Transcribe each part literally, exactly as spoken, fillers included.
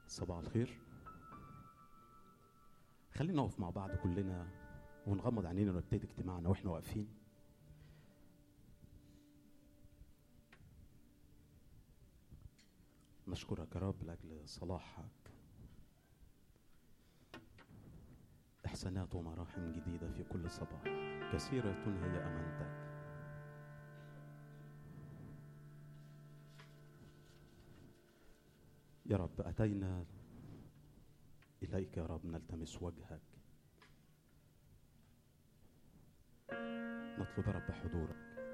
صباح الخير. خلينا نقف مع بعض كلنا ونغمض عينينا ونبتدي اجتماعنا واحنا واقفين. نشكرك يا رب لاجل صلاحك، احسانات ومراحم جديده في كل صباح، كثيره هي امانتك. يا رب أتينا إليك يا رب نلتمس وجهك، نطلب يا رب حضورك،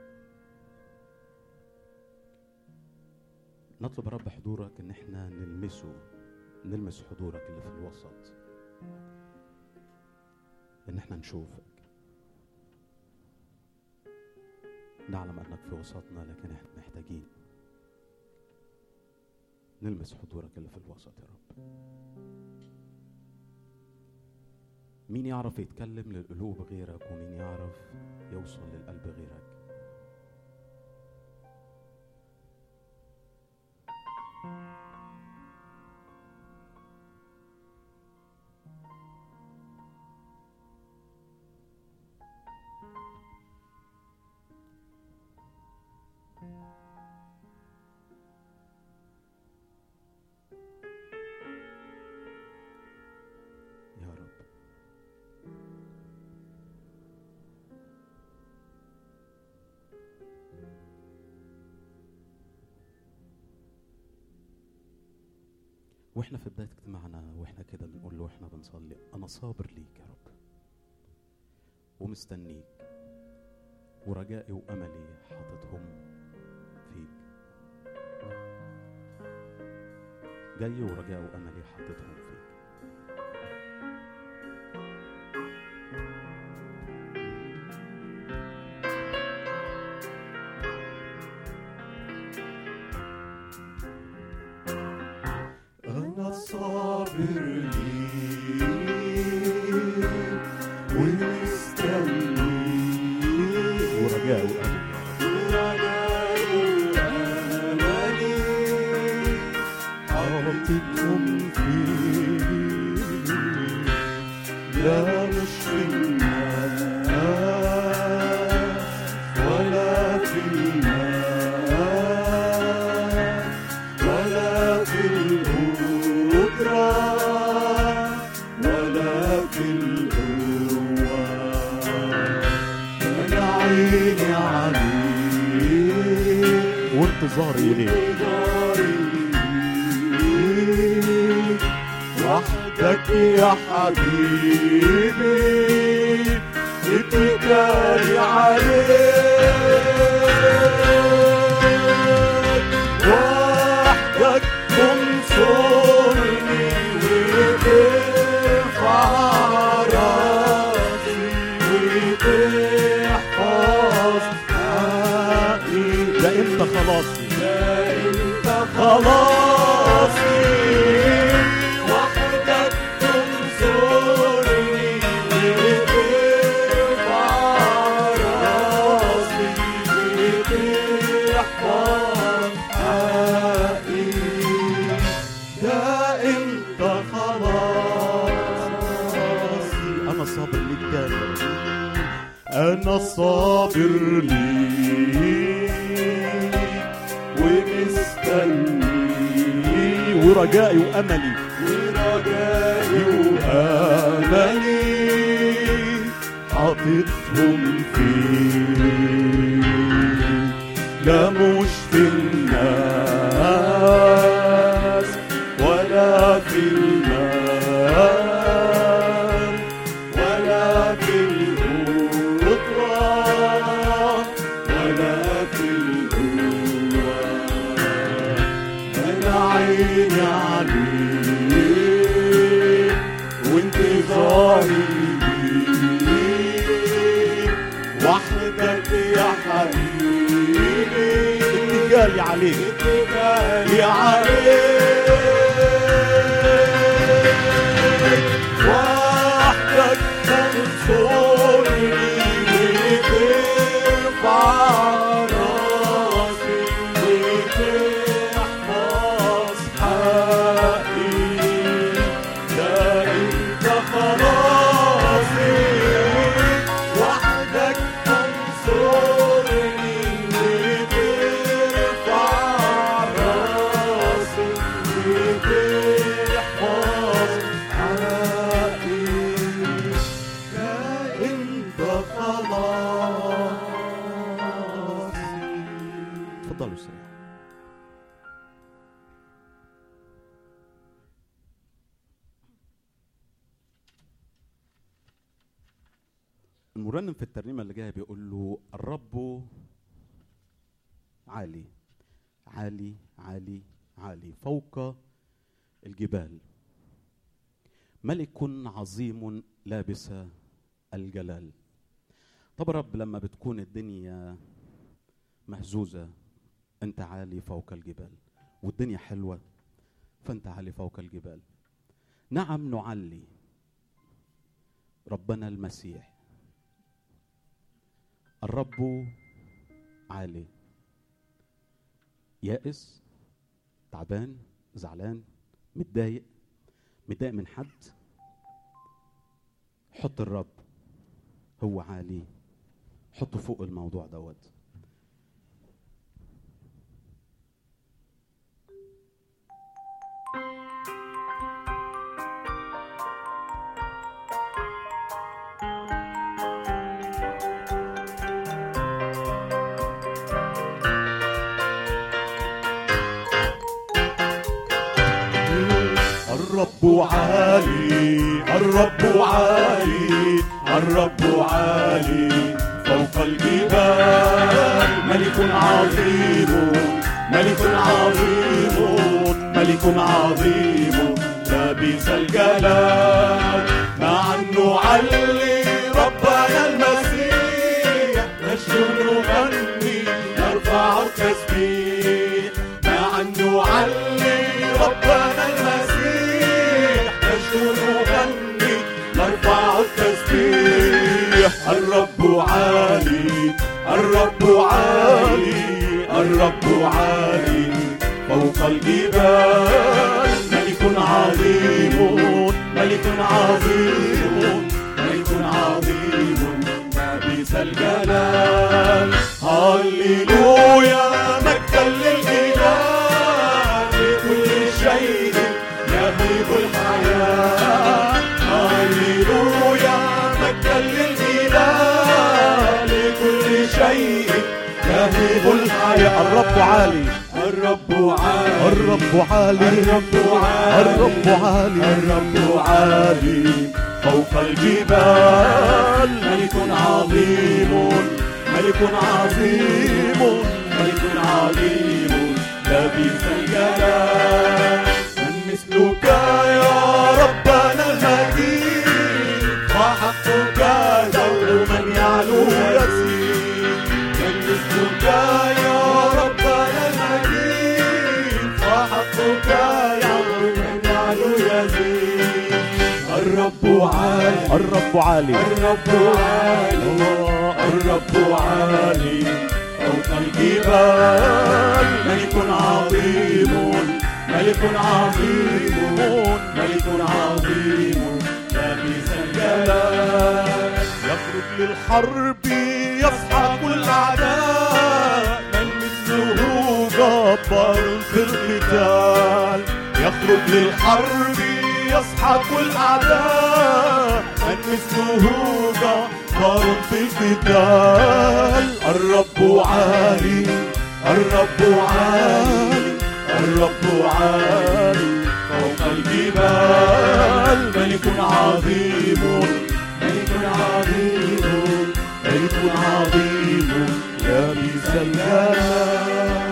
نطلب يا رب حضورك إن احنا نلمسه، نلمس حضورك اللي في الوسط، إن احنا نشوفك. نعلم أنك في وسطنا لكن احنا محتاجين نلمس حضورك اللي في الوسط يا رب. مين يعرف يتكلم للقلوب غيرك، ومين يعرف يوصل للقلب غيرك. واحنا في بداية اجتماعنا واحنا كده بنقول له واحنا بنصلي، انا صابر ليك يا رب ومستنيك، ورجائي واملي حاططهم فيك. جاي ورجائي واملي حاططهم فيك. صابر ليك ومستنيك، ورجاء وأملي حاططهم فيك. لا مش في الناس ولا في المال ولا في القدرة ولا في القوة، أنا عيني عليك وانتظاري إليك، وحدك يا حبيبي اتكالي عليك، وحدك تنصرني وترفع راسي وتحفظ حقي. ده انت خلاصي، ده انت خلاصي، وحدك تنصرني وترفع راسي وتحفظ حقي. ده انت خلاصي، انا صابر ليك دايما، أنا صابر ليك ومستني، ورجائي واملي ورجائي وأملي حاططهم فيك. لا مش في الناس ولا في المال ولا في القدرة ولا في القوة، أنا عيني عليك وانتظاري ليك، وحدك يا حبيبي اتجالي عليك، اتجالي عليك، وحدك تنصرني وترفع راسي وتحفظ حقي. المرنم في الترنيمة اللي جاية بيقول له الرب عالي عالي عالي عالي فوق الجبال، ملك عظيم لابس الجلال. طب رب لما بتكون الدنيا مهزوزة انت عالي فوق الجبال، والدنيا حلوة فانت عالي فوق الجبال. نعم نعلي ربنا المسيح، الرب عالي. يائس، تعبان، زعلان، متضايق متضايق من حد، حط الرب هو عالي، حطه فوق الموضوع دوت. الرب عالي الرب عالي الرب عالي فوق الجبال، ملك عظيم ملك عظيم ملك عظيم لابس الجلال. معا نعلي ربنا المسيح، نشد نغني نرفع التسبيح. معا نعلي ربنا المسيح، نشد نغني نرفع التسبيح. الرب عالي الرب عالي الرب عالي فوق الجبال، ملك عظيم ملك عظيم ملك عظيم لابس الجلال. هللويا مجدا للإله، لكل شيء يهيب الحياة. هللويا مجدا للإله، لكل شيء يهيب الحياة. الرب عالي الرب عالي الرب عالي الرب عالي الرب عالي الرب عالي فوق الجبال، ملك عظيم ملك عظيم ملك عظيم لابس الجلال. من مثلك يا ربنا المجيد، وحقك دوما يعلو يسير. من مثلك يا ربنا المجيد، وحقك دوما يعلو يسير. الرب عالي الرب عالي الرب عالي الرب عالي فوق الجبال، ملك عظيم ملك عظيم ملك عظيم لابس الجلال. يخرج للحرب يسحق الأعداء، من مثله جبار في القتال. يخرج للحرب يسحق الأعداء، من مثله جبار في القتال. الرب عالي الرب عالي الرب عالي فوق الجبال، ملك عظيم ملك عظيم ملك عظيم لابس الجلال.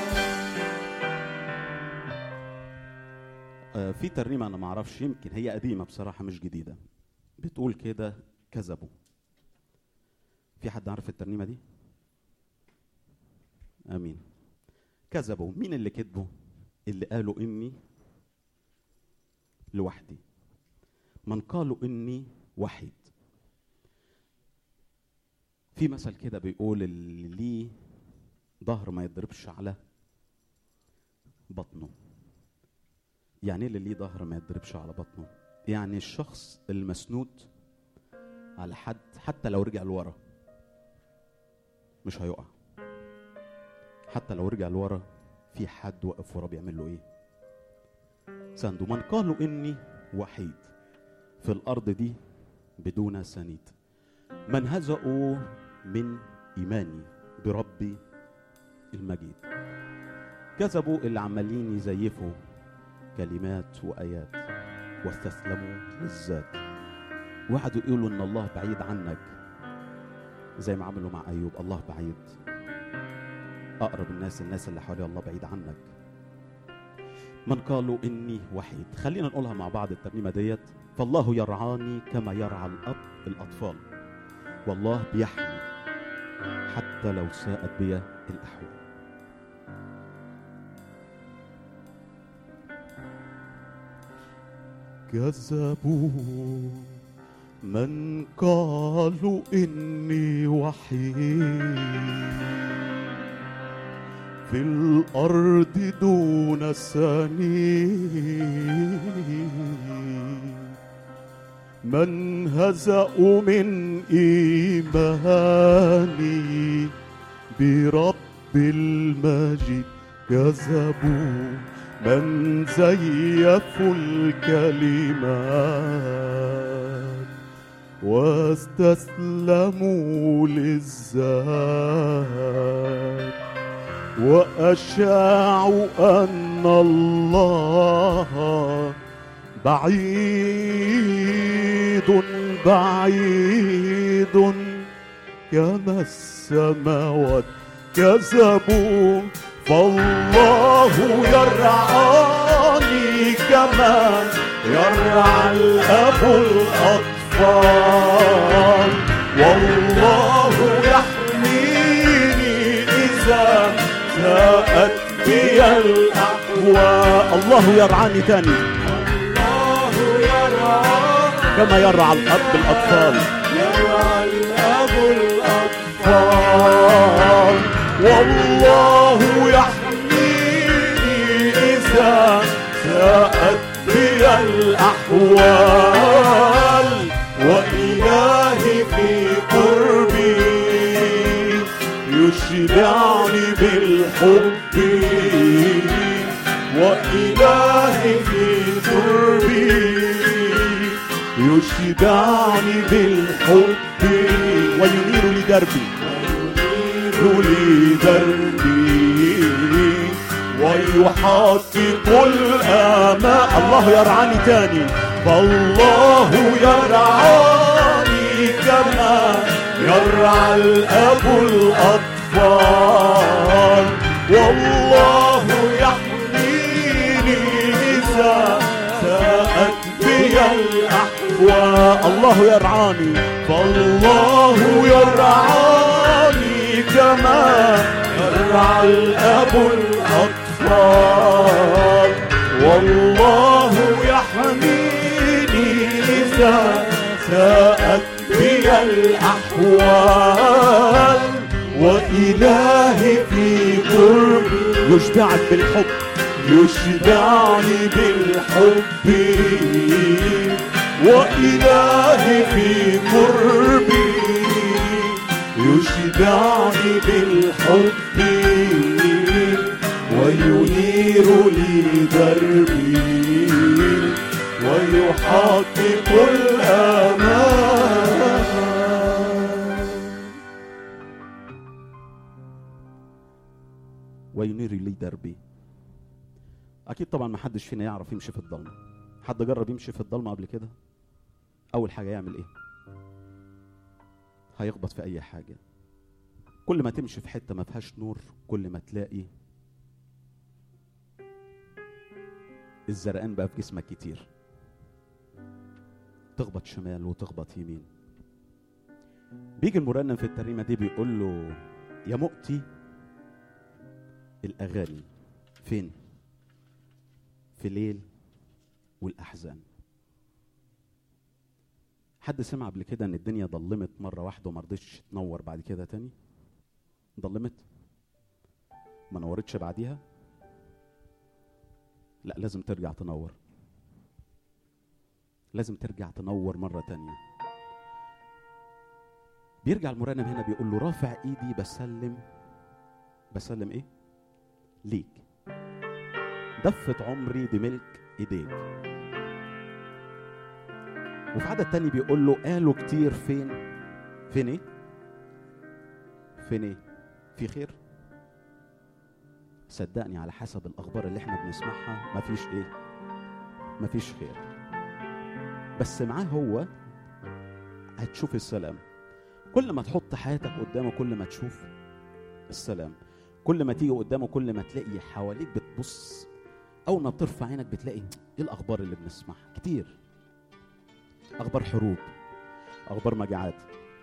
في ترنيمة أنا معرفش، يمكن هي قديمة بصراحة مش جديدة، بتقول كده كذبوا. في حد عارف الترنيمة دي؟ آمين. كذبوا. مين اللي كذبوا؟ اللي قالوا إني لوحدي، من قالوا إني وحيد. في مثل كده بيقول اللي ليه ظهر ما يضربش على بطنه. يعني اللي ليه ظهر ما يضربش على بطنه، يعني الشخص المسنود على حد حتى لو رجع لورا مش هيقع. حتى لو رجع لورا في حد واقف ورا بيعمل له ايه؟ سنده. من قالوا اني وحيد في الارض دي بدون سنيد، من هزأوا من ايماني بربي المجيد. كذبوا اللي عمالين يزيفوا كلمات وايات واستسلموا للذات، وقعدوا يقولوا ان الله بعيد عنك زي ما عملوا مع أيوب. الله بعيد، أقرب الناس الناس اللي حوالي الله بعيد عنك. من قالوا إني وحيد. خلينا نقولها مع بعض الترنيمة ديت. فالله يرعاني كما يرعى الأب الأطفال، والله بيحمي حتى لو ساءت بي الأحوال. كذبوا من قالوا إني وحيد في الأرض دون سنين، من هزأوا من إيماني برب المجيد. كذبوا من زيفوا الكلمات واستسلموا للذات، وأشاعوا أن الله بعيد بعيد كما السماوات. كذبوا فالله يرعاني كما يرعى الأب الأطفال، والله يحميني إذا ساءت بي الأحوال. الله يرعاني تاني. الله يرعاني كما يرعى الأب الأطفال، يرعى الأب الأطفال، والله يحميني إذا ساءت بي الأحوال، وإلهي في قربي يشبعني بالحب، وإلهي في قربي يشبعني بالحب، وينير لي دربي لي دربي ويحقق الآمال. الله يرعاني تاني. فالله يرعاني كما يرعى الأب الأطفال، والله يحميني إذا ساءت بي الأحوال. الله يرعاني. فالله يرعاني كما يرعى الأب الأطفال، والله يحميني إذا ساءت بي الأحوال، وإلهي في قربي يشبعك بالحب يشبعني بالحب، وإلهي في قربي يشبعني بالحب، وينير لي دربي ويحقق الآمال. وينير لي دربي. أكيد طبعا ما حدش فينا يعرف يمشي في الضلمة. حد جرب يمشي في الضلمة قبل كده؟ أول حاجة يعمل إيه؟ هيخبط في أي حاجة. كل ما تمشي في حتة ما فيهاش نور، كل ما تلاقي الزرقان بقى في جسمك كتير، تخبط شمال وتخبط يمين. بيجي المرنم في الترنيمة دي بيقول له يا مؤتي الأغاني فين؟ في ليل والأحزان. حد سمع قبل كده ان الدنيا ضلمت مرة واحدة وما رضتش تنور بعد كده تاني؟ ضلمت ما نورتش بعديها؟ لا، لازم ترجع تنور، لازم ترجع تنور مرة تانية. بيرجع المرنم هنا بيقول له رافع ايدي بسلم بسلم ايه؟ ليك، دفة عمري دي ملك ايديك. وفي عدد تاني بيقول له قالوا كتير فين فين ايه؟ فين ايه؟ في خير؟ صدقني على حسب الاخبار اللي احنا بنسمعها مفيش ايه؟ مفيش خير. بس معاه هو هتشوف السلام. كل ما تحط حياتك قدامه كل ما تشوف السلام. كل ما تيجي قدامه كل ما تلاقي حواليك بتبص، اول ما بترفع عينك بتلاقي ايه الاخبار اللي بنسمعها كتير، اخبار حروب، اخبار مجاعات.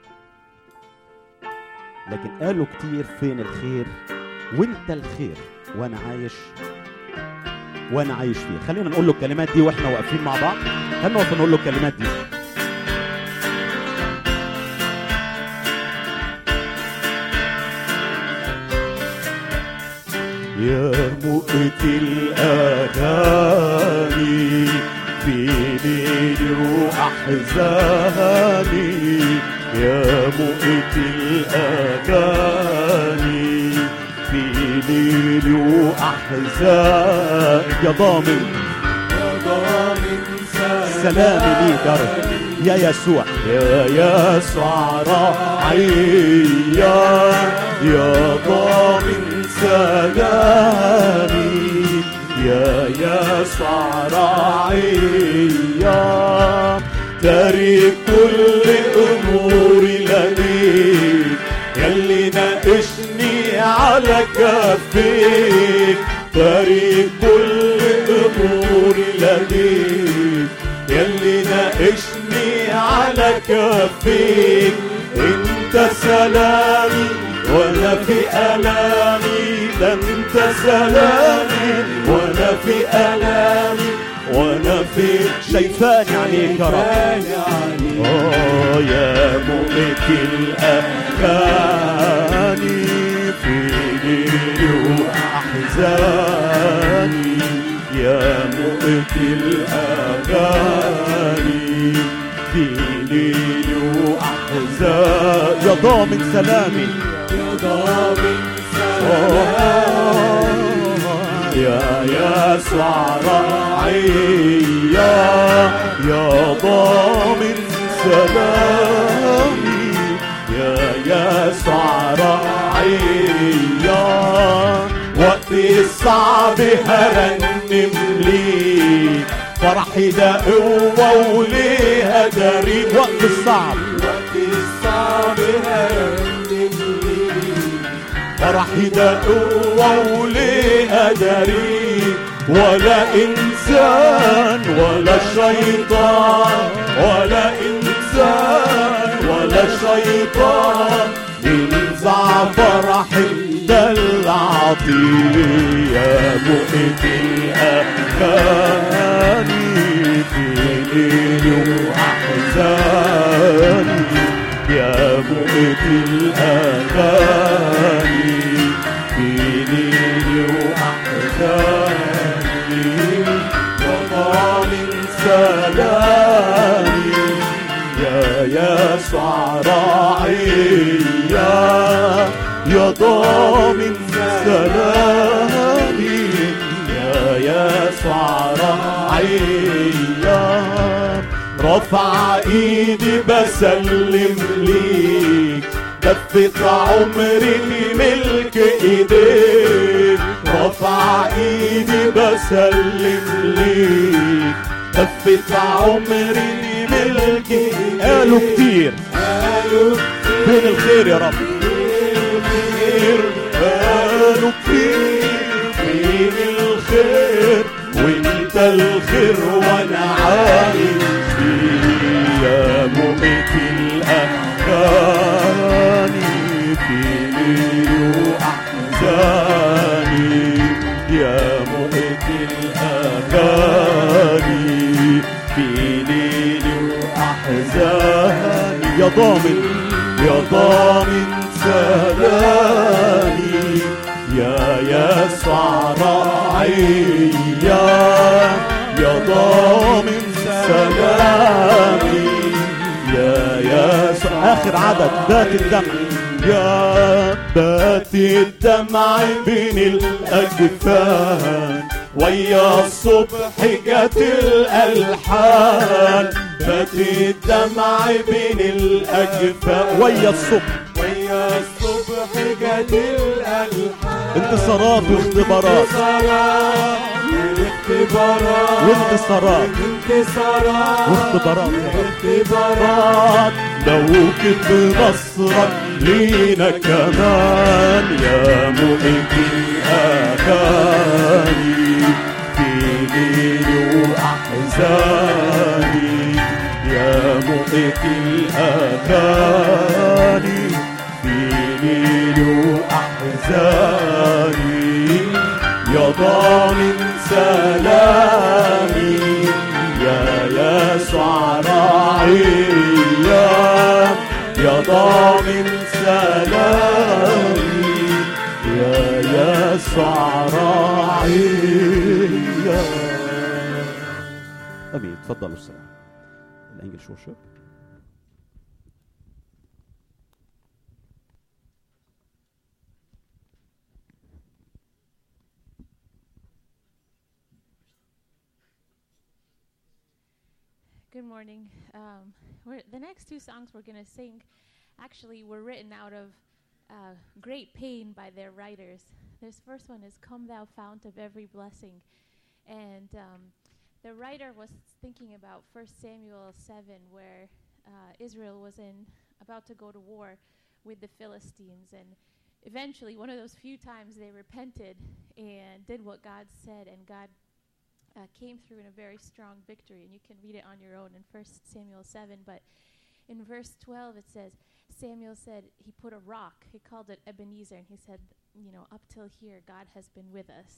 لكن قالوا كتير فين الخير وانت الخير وانا عايش وانا عايش فيه. خلينا نقول له الكلمات دي واحنا واقفين مع بعض. خلينا نقف نقول له الكلمات دي. يا مؤتي الأغاني في ليلي وأحزاني، يا مؤتي الأغاني في ليلي وأحزاني، يا ضامن يا ضامن سلامي ليك يا رب يا يسوع، يا يسوع راعي، يا ضامن سلامي، يا يسوع راعي، تارك كل اموري لديك، يلي ناقشني على كفيك، تارك كل اموري لديك، يلي ناقشني على كفيك، انت سلامي وانا في الامي، ده انت سلامي وانا في الامي، وانا في شايفاني عليك يا رب. اه يا مؤتي الاغاني في ليلي واحزاني، يا مؤتي الاغاني في ليلي واحزاني، يا ضامن سلامي، يا ضامن سلامي، يا يسوع راعي، يا ضامن سلامي، يا يسوع راعي، وقت الصعب هرنم ليك، فرحي ده قوة وليها داري، وقت الصعب وقت الصعب هرنم ليك، فرحي ده قوة وليها داري، ولا إنسان ولا شيطان، ولا إنسان ولا شيطان ينزع فرحي ده العطية، يا مؤتي الأغاني في ليلي وأحزاني، يا مؤتي الأغاني في ليلي وأحزاني، وضامن سلامي، يا يسوع راعي، يا ضامن سلامي، يا يسوع راعي، رفع ايدي بسلم ليك، دفت عمري ملك ايديك، رفع ايدي بسلم ليك، دفت عمري ملك ايديك، قالوا كتير قالوا فين الخير يا رب، قالوا كتير فين الخير، وانت الخير وانا عايش فيه، يا مؤتي الاغاني في ليلي واحزاني، يا مؤتي الاغاني في ليلي واحزاني، يا ضامن يا ضامن سلامي، يا يسوع راعي، يا ضامن سلامي، يا يسوع. اخر عدد بات الدمع، يا بات الدمع بين الاجفان، ويا الصبح جت الالحان، بات الدمع بين الاجفان، ويا الصبح ويا الصبح جت الالحان، انتصارات واختبارات، انتصارات واختبارات، وانتصارات انتصارات واختبارات يا رب. اختبارات دوكت بنصرك لينا كمان يا مؤيد الآخاني في ليل وأحزاني يا مؤيد الآخاني في ليل وأحزاني يا ضامن سلامي يا يسوع راعي يا ضامن سلامي يا يسوع راعي. امين. تفضلوا السلام. الانجليش ورشب. Good morning. Um, we're, the next two songs we're going to sing actually were written out of uh, great pain by their writers. This first one is Come Thou Fount of Every Blessing. And um, the writer was thinking about First Samuel seven, where uh, Israel was in about to go to war with the Philistines. And eventually, one of those few times they repented and did what God said, and God Uh, came through in a very strong victory, and you can read it on your own in First Samuel seven. But in verse twelve it says, Samuel said he put a rock, he called it Ebenezer, and he said, you know, up till here God has been with us.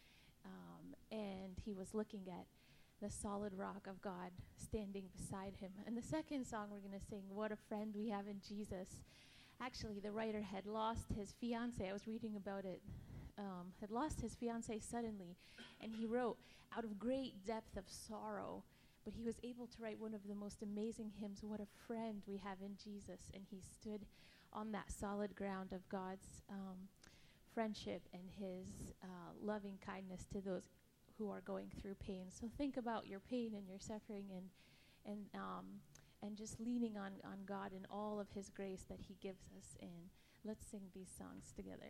Um, and he was looking at the solid rock of God standing beside him. And the second song we're going to sing, What a Friend We Have in Jesus. Actually, the writer had lost his fiance. I was reading about it. Um, had lost his fiance suddenly, and he wrote, out of great depth of sorrow, but he was able to write one of the most amazing hymns, What a Friend We Have in Jesus. And he stood on that solid ground of God's um, friendship and his uh, loving kindness to those who are going through pain. So think about your pain and your suffering, and and um, and just leaning on, on God and all of his grace that he gives us. And let's sing these songs together.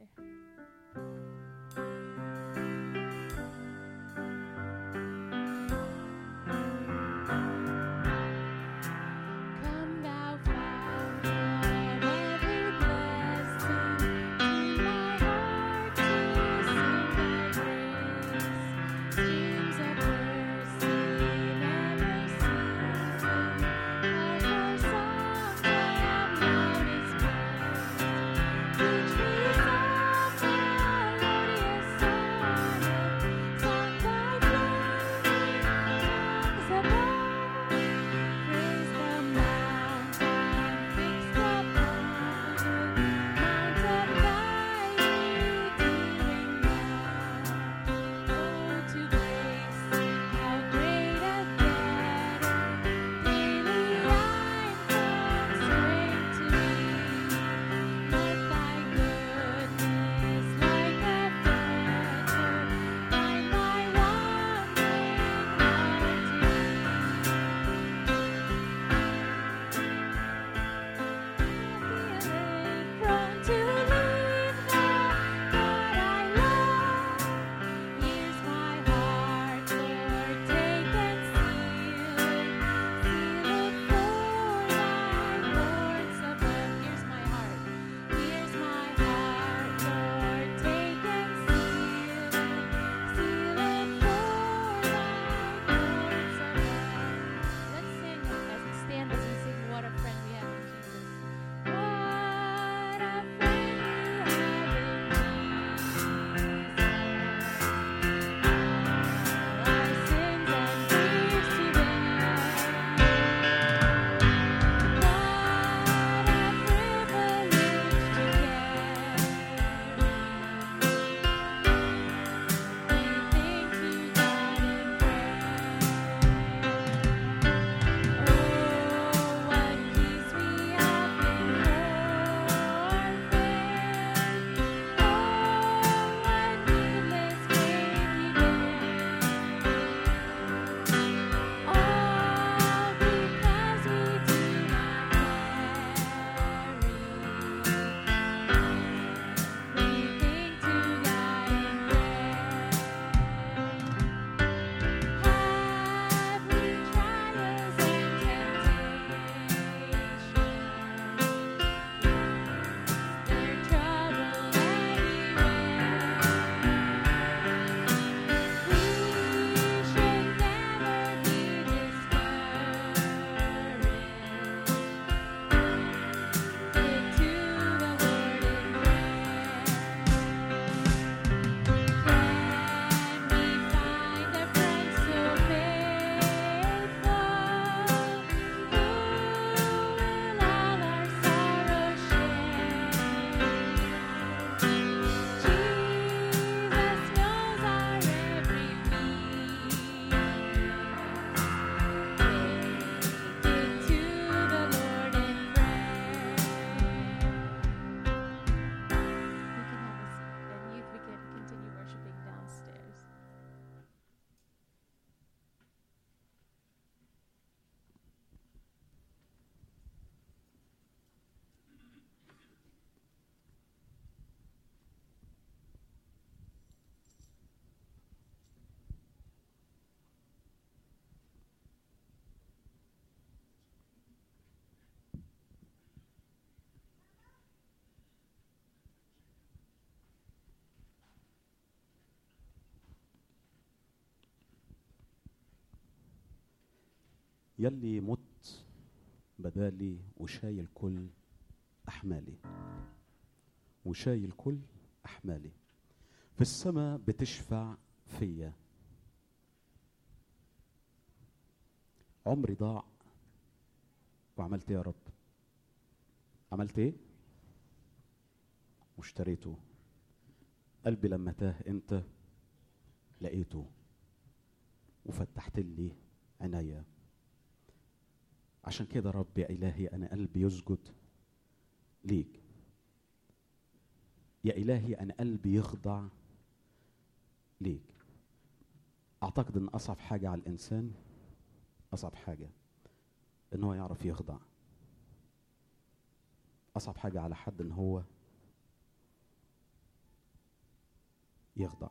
Teach me of melodious يلي مت بدالي وشايل كل أحمالي، وشايل كل أحمالي، في السماء بتشفع فيا. عمري ضاع وعملت ايه يا رب؟ عملت ايه؟ واشتريته. قلبي لما تاه انت لقيته، وفتحت لي عناية. عشان كده رب يا إلهي أنا قلبي يسجد ليك، يا إلهي أنا قلبي يخضع ليك. أعتقد أن أصعب حاجة على الإنسان، أصعب حاجة أن هو يعرف يخضع. أصعب حاجة على حد أن هو يخضع،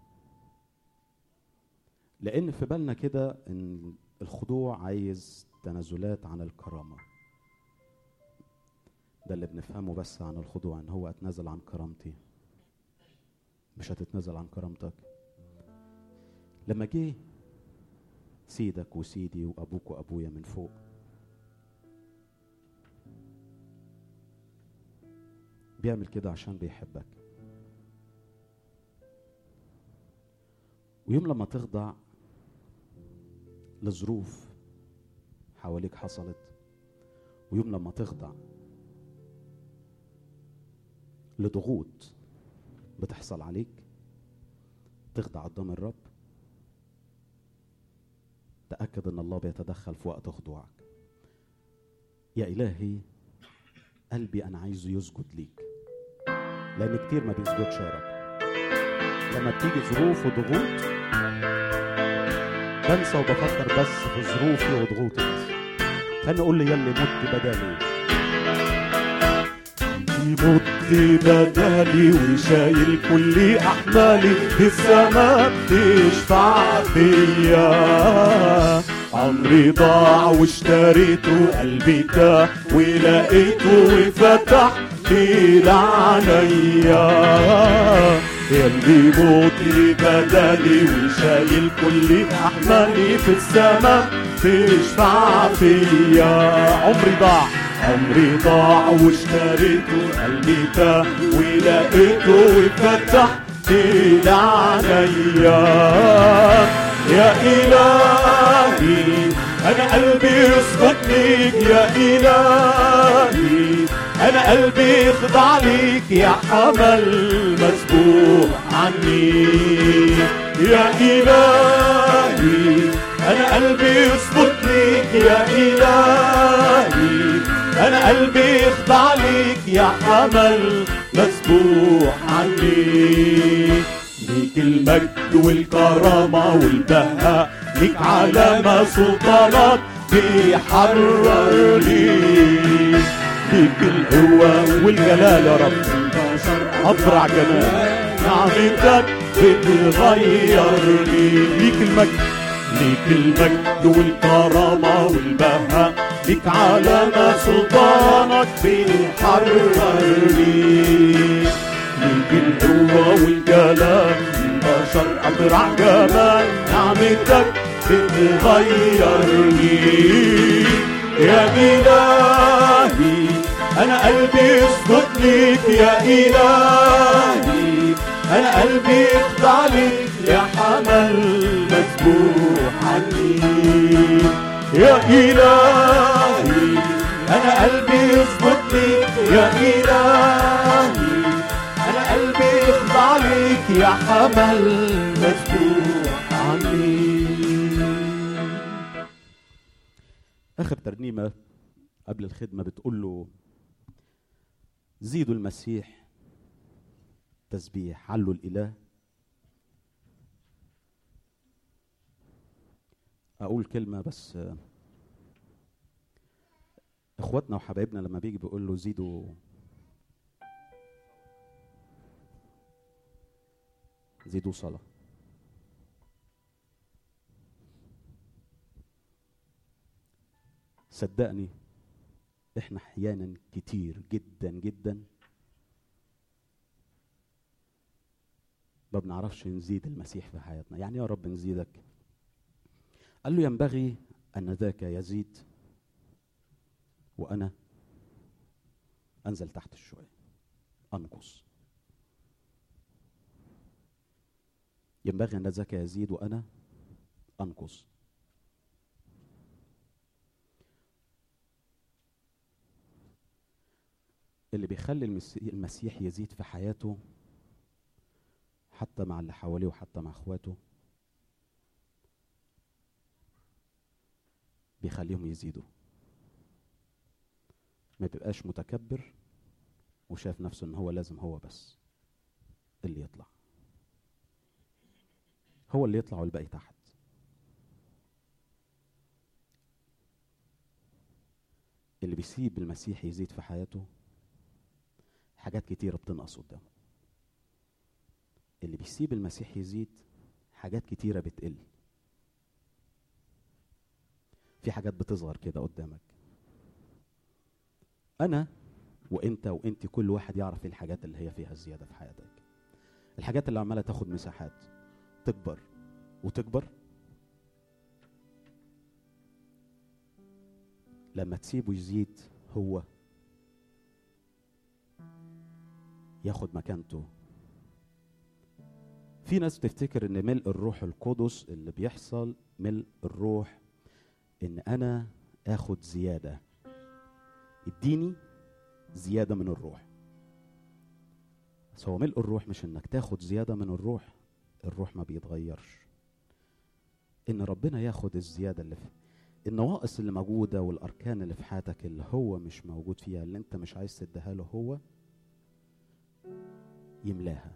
لأن في بالنا كده أن الخضوع عايز تنازلات عن الكرامة. ده اللي بنفهمه بس عن الخضوع، أن هو أتنازل عن كرامتي. مش هتتنازل عن كرامتك. لما جه سيدك وسيدي وأبوك وأبويا من فوق، بيعمل كده عشان بيحبك. ويوم لما تخضع لظروف حواليك حصلت، ويوم لما تخضع لضغوط بتحصل عليك، تخضع قدام الرب، تأكد ان الله بيتدخل في وقت خضوعك. يا إلهي قلبي انا عايزه يسجد ليك، لان كتير ما بيسجدش يا رب. لما بتيجي ظروف وضغوط بنسى وبفكر بس في ظروفي وضغوطي بس. كان يقول لي يلي مت بدالي، مت بدالي وشايل كل احمالي، في السماء بتشفع فيا. عمري ضاع واشتريته، قلبي تاه ولقيته، وفتحت لعنيا. يلي موتي بدالي وشايل كل احمالي، في السماء بتشفع فيا. عمري ضاع عمري ضاع واشتريته، قلبي تاه ولقيته، وفتحت لعنيا. يا إلهي أنا قلبي يسجد ليك، يا إلهي أنا قلبي يخضع ليك، يا حمل مسبوح عني. يا إلهي أنا قلبي يسجد ليك، يا إلهي أنا قلبي يخضع ليك، يا حمل مسبوح عني. ليك المجد والكرامة والبهاء، ليك علامة سلطانات بيحررني. ليك القوة والجلال يا رب، أبرع جلال نعمتك بتغيرني. ليك المجد ليك المجد والكرامة والبهاء، ليك علامة سلطانك بيحررني. ليك القوة والجلال البشر، أبرع جمال نعمتك بتغيرني. يا إلهي أنا قلبي يسجد ليك، يا إلهي أنا قلبي يخضع ليك، يا حمل مسبوح عني. يا إلهي أنا قلبي يسجد ليك، يا إلهي أنا قلبي يخضع ليك، يا حمل مسبوح عني. آخر ترنيمة قبل الخدمة بتقول له زيدوا المسيح تسبيح، علوا الإله. أقول كلمة بس، إخواتنا وحبايبنا لما بيجي بيقول له زيدوا زيدوا صلاة. صدقني احنا احيانا كتير جدا جدا ما بنعرفش نزيد المسيح في حياتنا. يعني يا رب نزيدك؟ قال له ينبغي أن ذاك يزيد وأنا أنزل تحت شوية، أنقص. ينبغي أن ذاك يزيد وأنا أنقص. اللي بيخلي المسيح يزيد في حياته حتى مع اللي حواليه وحتى مع اخواته، بيخليهم يزيدوا. ما بيبقاش متكبر وشايف نفسه ان هو لازم هو بس اللي يطلع، هو اللي يطلع والباقي تحت. اللي بيسيب المسيح يزيد في حياته حاجات كتيرة بتنقص قدامه. اللي بيسيب المسيح يزيد حاجات كتيرة بتقل. في حاجات بتصغر كده قدامك. أنا وإنت وإنتي كل واحد يعرف إيه الحاجات اللي هي فيها زيادة في حياتك. الحاجات اللي عمالة تاخد مساحات تكبر وتكبر، لما تسيبه يزيد هو ياخد مكانته. في ناس تفتكر ان ملء الروح القدس اللي بيحصل ملء الروح ان انا اخد زيادة، اديني زيادة من الروح. بس هو ملء الروح مش انك تاخد زيادة من الروح، الروح ما بيتغيرش. ان ربنا ياخد الزيادة اللي في النواقص اللي موجودة والاركان اللي في حياتك اللي هو مش موجود فيها، اللي انت مش عايز تديها له، هو يملاها،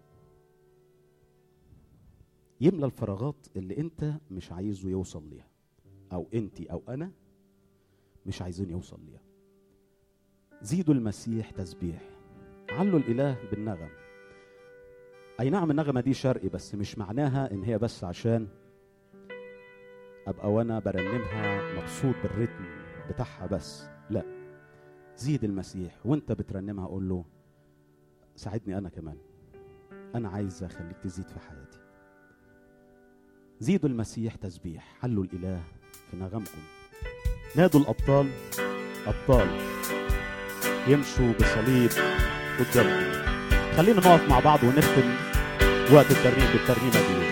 يملى الفراغات اللي انت مش عايزه يوصل ليها، او انتي او انا مش عايزين يوصل ليها. زيدوا المسيح تسبيح، علوا الاله بالنغم. اي نعم النغمة دي شرقي، بس مش معناها ان هي بس عشان ابقى وانا برنمها مبسوط بالريتم بتاعها بس، لا. زيد المسيح وانت بترنمها قول له ساعدني انا كمان، انا عايز اخليك تزيد في حياتي. زيدوا المسيح تسبيح، حلوا الاله في نغمكم. نادوا الابطال، ابطال يمشوا بصليب قدامكم. خلينا نقف مع بعض ونختم وقت الترنيم بالترنيمه دي.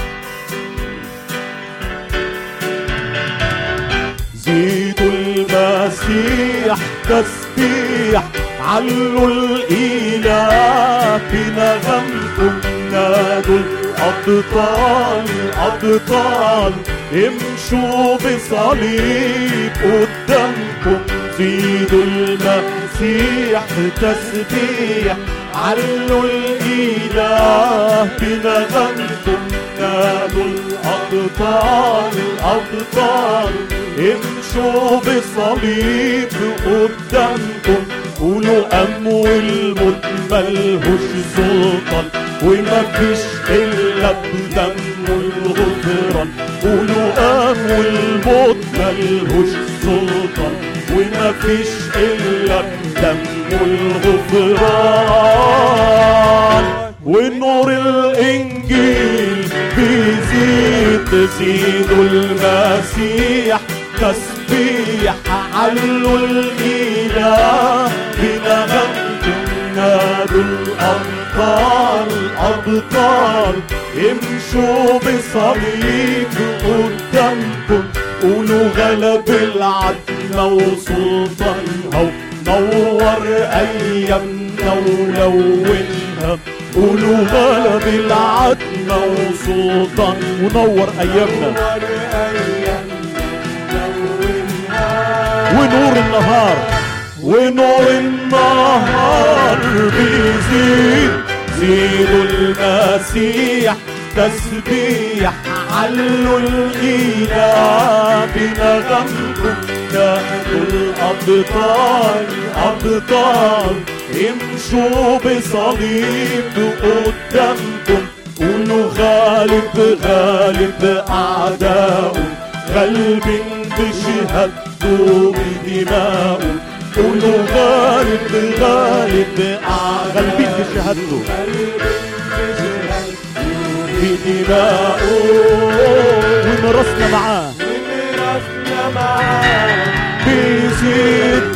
زيدوا المسيح تسبيح، علوا الإله في نغمكم. نادوا الأبطال، أبطال امشوا بصليب قدامكم. زيدوا المسيح تسبيح، علوا الإله في نغمكم. نادوا الأبطال، الأبطال امشوا بصليب قدامكم. قولوا أمو الموت ملهوش سلطان، وما فيش إلا بدم الغفران. قولوا أمو الموت ملهوش سلطان، وما فيش إلا بدم الغفران. ونور الإنجيل بيزيد. زيدوا المسيح تسبيح، علوا الإله بنغمكم. نادوا الأبطال، أبطال امشوا بصليب قدامكم. قولوا غلب العدل وسلطانها، نور أيامنا ولونها. قولوا غلب العدل وسلطان ونور أيامنا ونور النهار، ونور النهار بيزيد. زيدوا المسيح تسبيح، علوا الإله بنغمكم. نادوا الأبطال، أبطال امشوا بصليب قدامكم. قولوا غالب غالب أعداؤه، غالب بشهادته بدماؤه. قولوا غالب غالب غالبين بشهادته بدماؤه. ومرسنا معاه، ومرسنا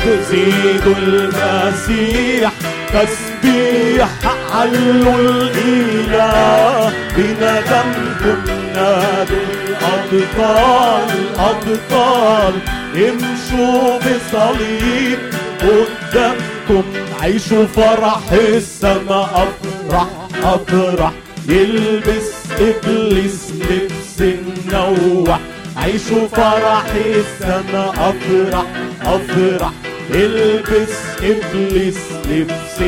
زيدوا المسيح تسبيح، علوا الإله بنغمكم، نادوا الأبطال الأبطال، امشوا بصليب قدامكم، عيشوا فرح السما، أفرح أفرح، يلبس إبليس لبس النوح، عيشوا فرح السما، أفرح أفرح، يلبس إبليس لبس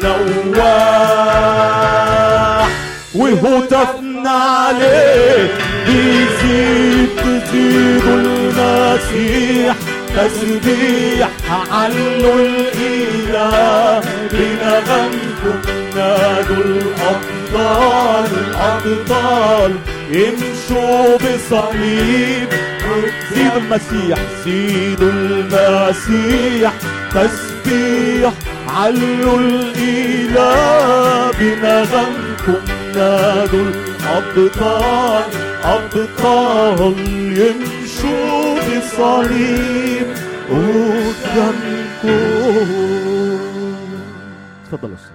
النوح، وهتفنا عليه بيزيد، تزيدوا المسيح تسبيح، علوا الإله بنغمكم، نادوا الأبطال الأبطال، امشوا بصليب، زيدوا المسيح زيدوا المسيح تسبيح، علوا الإله بنغمكم، نادوا الأبطال أبطال، يمشوا بصليب قدامكم. اتفضل يا استاذ.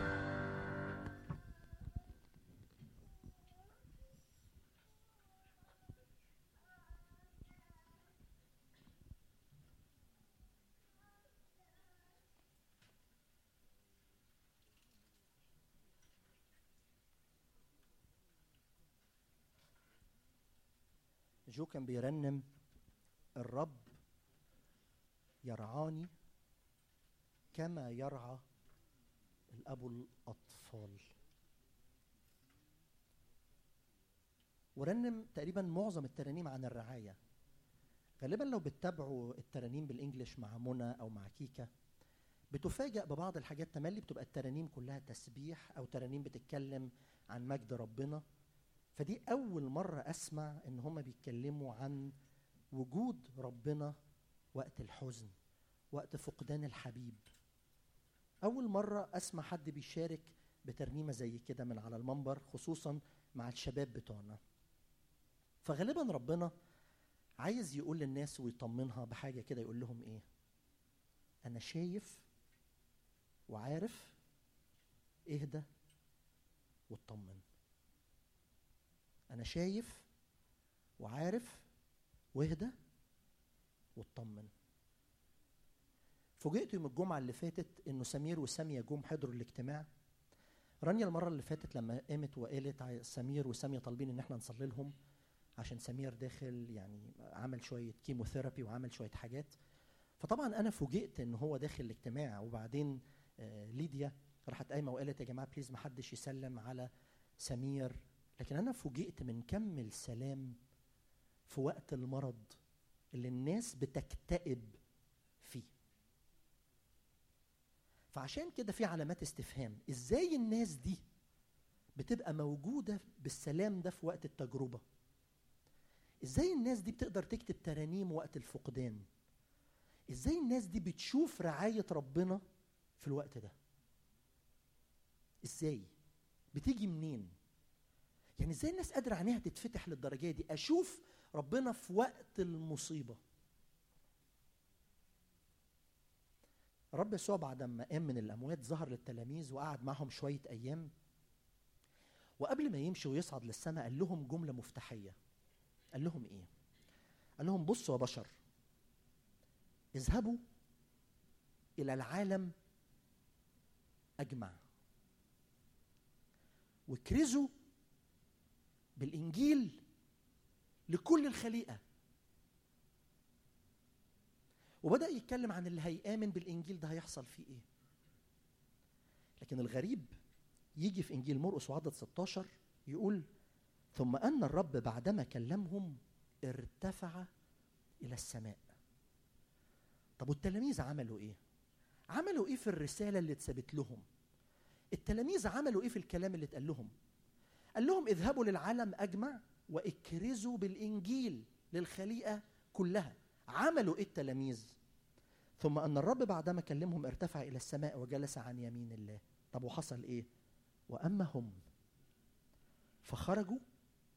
جو كان بيرنم الرب يرعاني كما يرعى الأب الأطفال، ورنم تقريبا معظم الترانيم عن الرعاية. غالبا لو بتتابعوا الترانيم بالإنجليش مع منى أو مع كيكا بتفاجأ ببعض الحاجات، تملي بتبقى الترانيم كلها تسبيح أو ترانيم بتتكلم عن مجد ربنا. فدي أول مرة أسمع إن هم بيتكلموا عن وجود ربنا وقت الحزن، وقت فقدان الحبيب. أول مرة أسمع حد بيشارك بترنيمة زي كده من على المنبر، خصوصا مع الشباب بتوعنا. فغالبا ربنا عايز يقول للناس ويطمنها بحاجة كده، يقول لهم إيه؟ أنا شايف وعارف، اهدى واطمن. أنا شايف وعارف واهدى واطمن. فوجئت يوم الجمعة اللي فاتت إنه سمير وسامية جم حضروا الاجتماع. رانيا المرة اللي فاتت لما قامت وقالت سمير وسامية طالبين إن احنا نصلي لهم عشان سمير داخل يعني عمل شوية كيموثيرابي وعمل شوية حاجات. فطبعا أنا فوجئت إن هو داخل الاجتماع. وبعدين آه ليديا راحت قايمة وقالت يا جماعة بليز ما حدش يسلم على سمير. لكن أنا فوجئت من كم السلام في وقت المرض اللي الناس بتكتئب فيه. فعشان كده في علامات استفهام، ازاي الناس دي بتبقى موجودة بالسلام ده في وقت التجربة؟ ازاي الناس دي بتقدر تكتب ترانيم وقت الفقدان؟ ازاي الناس دي بتشوف رعاية ربنا في الوقت ده؟ ازاي؟ بتيجي منين؟ يعني ازاي الناس قادرة عينيها تتفتح للدرجة دي؟ اشوف ربنا في وقت المصيبة. رب يسوع بعد ما قام من الأموات ظهر للتلاميذ وقعد معهم شوية أيام، وقبل ما يمشي ويصعد للسماء قال لهم جملة مفتاحية. قال لهم إيه؟ قال لهم بصوا يا بشر، اذهبوا إلى العالم أجمع واكرزوا بالإنجيل لكل الخليقة. وبدأ يتكلم عن اللي هيآمن بالإنجيل ده هيحصل فيه إيه. لكن الغريب يجي في إنجيل مرقس وعدد ستاشر يقول ثم أن الرب بعدما كلمهم ارتفع إلى السماء. طب والتلاميذ عملوا إيه؟ عملوا إيه في الرسالة اللي اتثبت لهم؟ التلاميذ عملوا إيه في الكلام اللي اتقال لهم؟ قال لهم اذهبوا للعالم أجمع واكرزوا بالإنجيل للخليقة كلها. عملوا إيه التلاميذ؟ ثم أن الرب بعدما كلمهم ارتفع إلى السماء وجلس عن يمين الله. طب وحصل إيه؟ وأما هم فخرجوا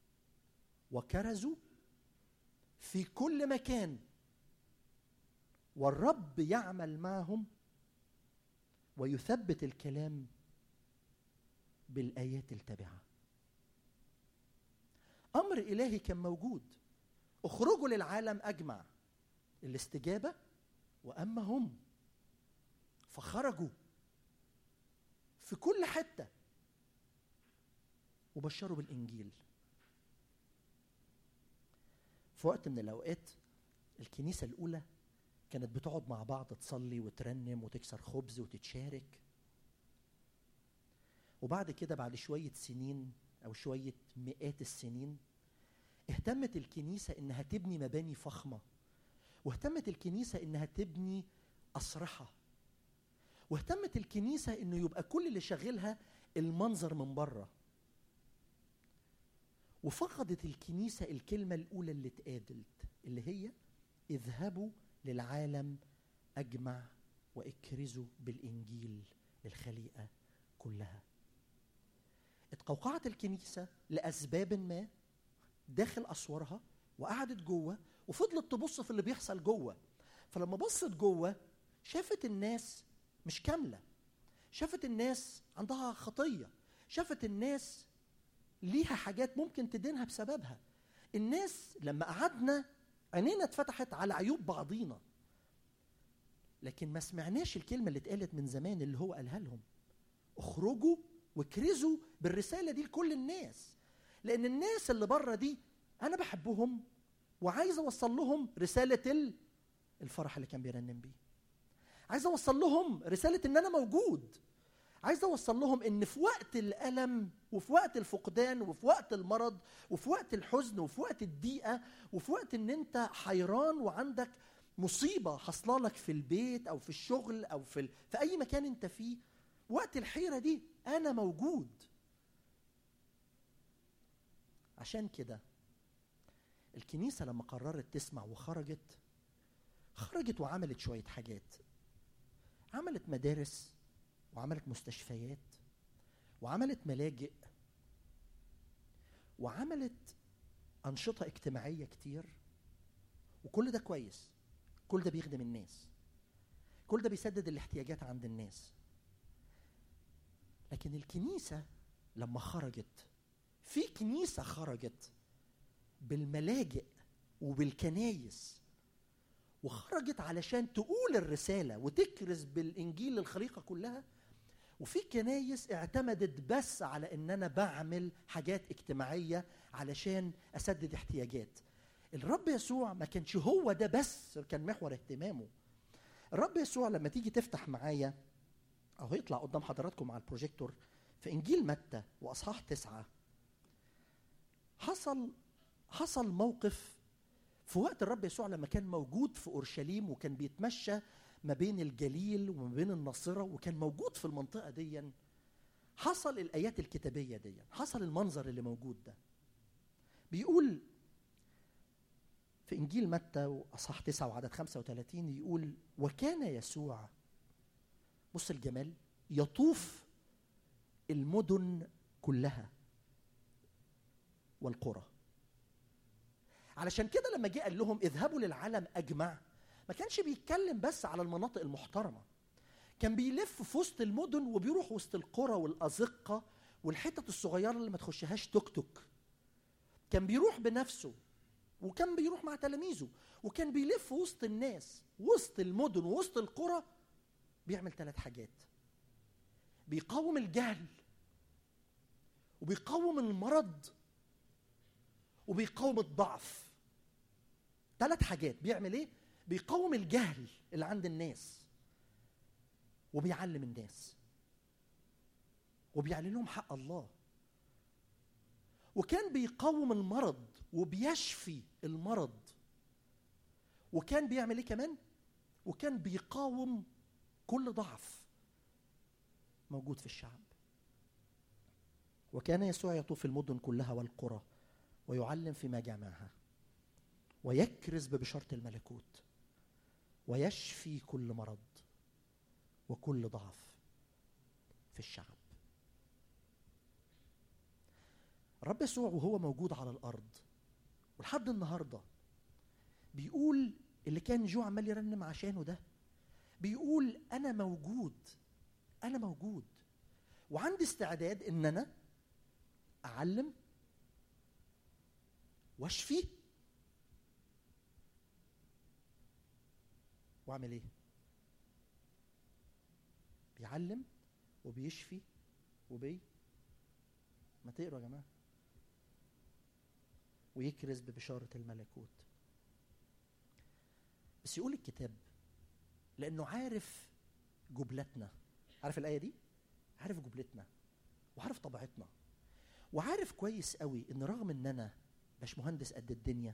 وكرزوا في كل مكان والرب يعمل معهم ويثبت الكلام بالآيات التابعة. أمر إلهي كان موجود، اخرجوا للعالم أجمع، الاستجابة، وأما هم فخرجوا في كل حتة وبشروا بالإنجيل. في وقت من الأوقات الكنيسة الأولى كانت بتقعد مع بعض تصلي وترنم وتكسر خبز وتتشارك، وبعد كده بعد شوية سنين أو شوية مئات السنين اهتمت الكنيسة إنها تبني مباني فخمة، واهتمت الكنيسة إنها تبني أسرحة، واهتمت الكنيسة إنه يبقى كل اللي شغلها المنظر من بره. وفقدت الكنيسة الكلمة الأولى اللي اتقالت، اللي هي اذهبوا للعالم أجمع واكرزوا بالإنجيل للخليقة كلها. اتقوقعت الكنيسة لأسباب ما داخل أسوارها وقعدت جوه وفضلت تبص في اللي بيحصل جوه. فلما بصت جوه شافت الناس مش كاملة، شافت الناس عندها خطية، شافت الناس ليها حاجات ممكن تدينها بسببها. الناس لما قعدنا عينينا اتفتحت على عيوب بعضينا، لكن ما سمعناش الكلمة اللي اتقالت من زمان اللي هو قالها لهم: اخرجوا واكرزوا بالرسالة دي لكل الناس. لأن الناس اللي بره دي أنا بحبهم وعايز أوصل لهم رسالة الفرح اللي كان بيرنم بيه، عايز أوصل لهم رسالة إن أنا موجود، عايز أوصل لهم إن في وقت الألم وفي وقت الفقدان وفي وقت المرض وفي وقت الحزن وفي وقت الضيقة وفي وقت إن أنت حيران وعندك مصيبة حصلة لك في البيت أو في الشغل أو في, ال... في أي مكان أنت فيه، وقت الحيرة دي أنا موجود. عشان كده الكنيسة لما قررت تسمع وخرجت خرجت وعملت شوية حاجات. عملت مدارس وعملت مستشفيات وعملت ملاجئ وعملت أنشطة اجتماعية كتير، وكل ده كويس، كل ده بيخدم الناس، كل ده بيسدد الاحتياجات عند الناس. لكن الكنيسة لما خرجت، في كنيسة خرجت بالملاجئ وبالكنايس وخرجت علشان تقول الرسالة وتكرز بالإنجيل للخليقة كلها، وفي كنايس اعتمدت بس على ان انا بعمل حاجات اجتماعية علشان اسدد احتياجات. الرب يسوع ما كانش هو ده بس كان محور اهتمامه. الرب يسوع لما تيجي تفتح معايا او هيطلع قدام حضراتكم على البروجيكتور في انجيل متى واصحاح تسعة، حصل حصل موقف في وقت الرب يسوع لما كان موجود في اورشليم وكان بيتمشى ما بين الجليل وما بين الناصرة وكان موجود في المنطقة دي. حصل الآيات الكتابية دي، حصل المنظر اللي موجود ده. بيقول في إنجيل متى وأصحاح تسعة وعدد خمسة وثلاثين، يقول: وكان يسوع، بص الجمال، يطوف المدن كلها والقرى. علشان كده لما جاء قال لهم اذهبوا للعالم أجمع، ما كانش بيتكلم بس على المناطق المحترمة، كان بيلف في وسط المدن وبيروح وسط القرى والأزقة والحتت الصغيرة اللي ما تخشهاش توك توك. كان بيروح بنفسه وكان بيروح مع تلاميذه وكان بيلف وسط الناس وسط المدن ووسط القرى، بيعمل ثلاث حاجات: بيقاوم الجهل وبيقاوم المرض وبيقاوم الضعف. ثلاث حاجات بيعمل ايه؟ بيقاوم الجهل اللي عند الناس وبيعلم الناس وبيعلن لهم حق الله، وكان بيقاوم المرض وبيشفي المرض، وكان بيعمل ايه كمان؟ وكان بيقاوم كل ضعف موجود في الشعب. وكان يسوع يطوف المدن كلها والقرى ويعلم في مجامعها ويكرز ببشارة الملكوت ويشفي كل مرض وكل ضعف في الشعب. الرب يسوع وهو موجود على الأرض ولحد النهاردة بيقول اللي كان جو عمال يرنم عشانه ده بيقول انا موجود، انا موجود وعندي استعداد ان انا اعلم واشفي واعمل ايه؟ بيعلم وبيشفي وبي ما تقروا يا جماعه، ويكرز ببشاره الملكوت. بس يقول الكتاب لانه عارف جبلتنا، عارف الايه دي؟ عارف جبلتنا وعارف طبيعتنا وعارف كويس قوي ان رغم ان انا باش مهندس قد الدنيا،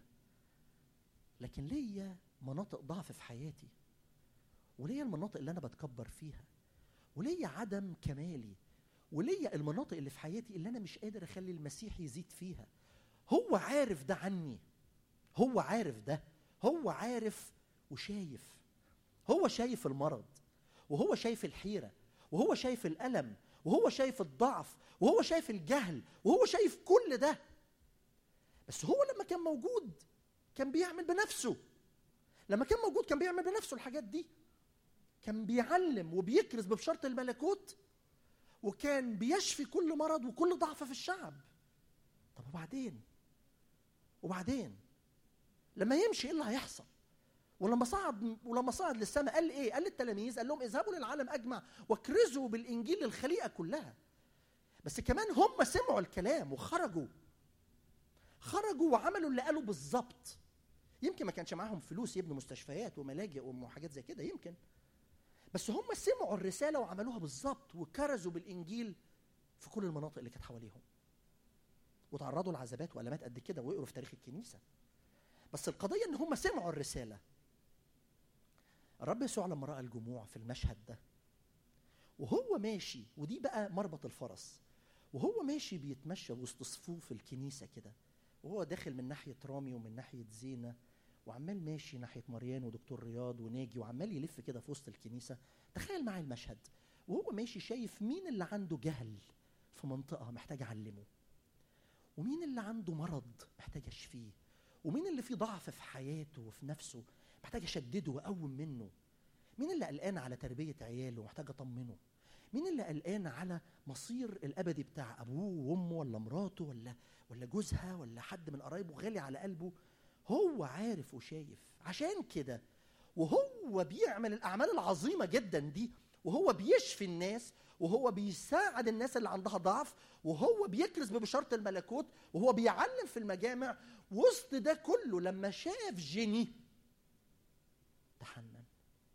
لكن ليا مناطق ضعف في حياتي، وليا المناطق اللي انا بتكبر فيها، وليا عدم كمالي، وليا المناطق اللي في حياتي اللي انا مش قادر اخلي المسيح يزيد فيها. هو عارف ده عني، هو عارف ده، هو عارف وشايف. هو شايف المرض، وهو شايف الحيرة، وهو شايف الألم، وهو شايف الضعف، وهو شايف الجهل، وهو شايف كل ده. بس هو لما كان موجود كان بيعمل بنفسه، لما كان موجود كان بيعمل بنفسه الحاجات دي، كان بيعلم وبيكرز ببشارة الملكوت، وكان بيشفي كل مرض وكل ضعف في الشعب. طب وبعدين وبعدين لما يمشي ايه اللي هيحصل؟ ولما صعد ولما صعد للسماء قال ايه؟ قال للتلاميذ، قال لهم اذهبوا للعالم اجمع واكرزوا بالانجيل للخليقه كلها. بس كمان هم سمعوا الكلام وخرجوا خرجوا وعملوا اللي قالوا بالظبط. يمكن ما كانش معاهم فلوس يبنوا مستشفيات وملاجئ وحاجات زي كده يمكن، بس هم سمعوا الرساله وعملوها بالظبط وكرزوا بالانجيل في كل المناطق اللي كانت حواليهم، وتعرضوا لعذابات والامات قد كده ويقروا في تاريخ الكنيسه. بس القضيه ان هم سمعوا الرساله. الرب يسوع لما راى الجموع في المشهد ده وهو ماشي، ودي بقى مربط الفرس، وهو ماشي بيتمشى وسط صفوف الكنيسه كده، وهو داخل من ناحيه رامي ومن ناحيه زينه، وعمال ماشي ناحيه مريان ودكتور رياض وناجي، وعمال يلف كده في وسط الكنيسه. تخيل معايا المشهد، وهو ماشي شايف مين اللي عنده جهل في منطقه محتاج اعلمه، ومين اللي عنده مرض محتاج اشفيه، ومين اللي فيه ضعف في حياته وفي نفسه محتاج اشدده واقوم منه، مين اللي قلقان على تربيه عياله ومحتاج اطمنه، مين اللي قلقان على مصير الابدي بتاع ابوه وامه ولا مراته ولا ولا جوزها ولا حد من قرايبه غالي على قلبه. هو عارف وشايف. عشان كده وهو بيعمل الاعمال العظيمه جدا دي، وهو بيشفي الناس، وهو بيساعد الناس اللي عندها ضعف، وهو بيكرز ببشاره الملكوت، وهو بيعلم في المجامع، وسط ده كله لما شاف جيني تحنن.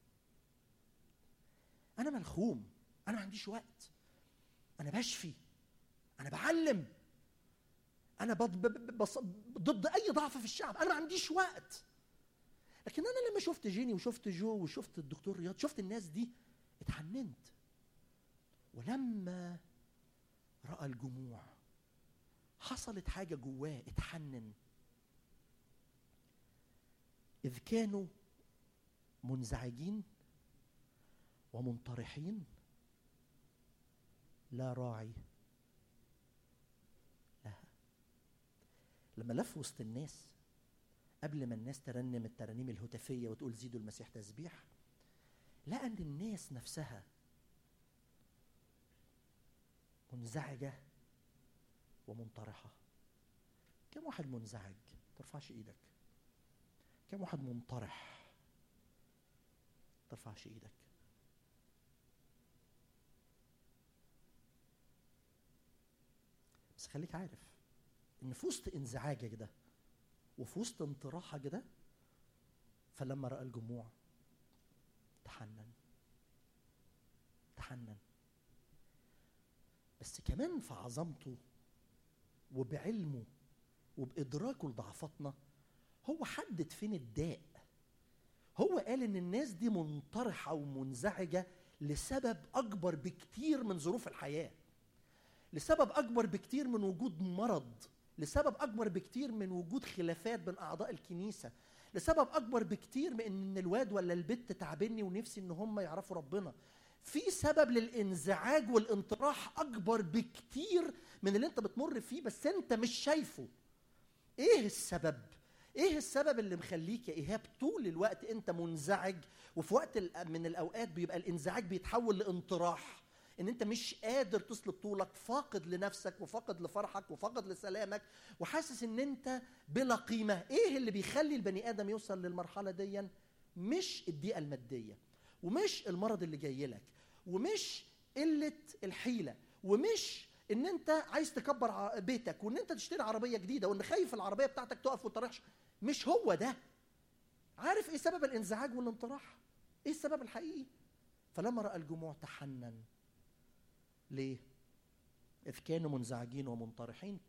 انا ملخوم، انا ما عنديش وقت، انا بشفي، انا بعلم، انا ضد اي ضعف في الشعب، انا ما عنديش وقت. لكن انا لما شفت جيني وشفت جو وشفت الدكتور رياض، شفت الناس دي، اتحننت. ولما راى الجموع حصلت حاجه جواه، اتحنن. اذ كانوا منزعجين ومنطرحين لا راعي لها. لما لف وسط الناس قبل ما الناس ترنم الترانيم الهتافيه وتقول زيدوا المسيح تسبيح، لقى ان الناس نفسها منزعجه ومنطرحه. كم واحد منزعج؟ ترفعش ايدك. كم واحد منطرح؟ ترفعش ايدك. بس خليك عارف ان في وسط انزعاجك ده وفي وسط انطراحك ده، فلما راى الجموع تحنن تحنن. بس كمان في عظمته وبعلمه وبإدراكه لضعفاتنا، هو حدد فين الداء. هو قال ان الناس دي منطرحة ومنزعجة لسبب اكبر بكتير من ظروف الحياة، لسبب اكبر بكتير من وجود مرض، لسبب اكبر بكتير من وجود خلافات بين اعضاء الكنيسة، لسبب اكبر بكتير من ان الواد ولا البت تعبني ونفسي ان هم يعرفوا ربنا. في سبب للانزعاج والانطراح اكبر بكتير من اللي انت بتمر فيه، بس انت مش شايفه. ايه السبب؟ ايه السبب اللي مخليك يا ايهاب طول الوقت انت منزعج، وفي وقت من الاوقات بيبقى الانزعاج بيتحول لانطراح، ان انت مش قادر تصلب طولك، فاقد لنفسك وفاقد لفرحك وفاقد لسلامك، وحاسس ان انت بلا قيمه. ايه اللي بيخلي البني ادم يوصل للمرحله دي؟ مش الضيقه الماديه، ومش المرض اللي جاي لك، ومش قله الحيله، ومش ان انت عايز تكبر بيتك، وان انت تشتري عربيه جديده، وان خايف العربيه بتاعتك تقف وتطرحش. مش هو ده. عارف ايه سبب الانزعاج والانطراح؟ ايه السبب الحقيقي؟ فلما راى الجموع تحنن. ليه؟ اذ كانوا منزعجين ومنطرحين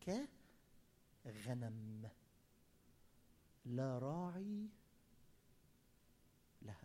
كغنم لا راعي لها.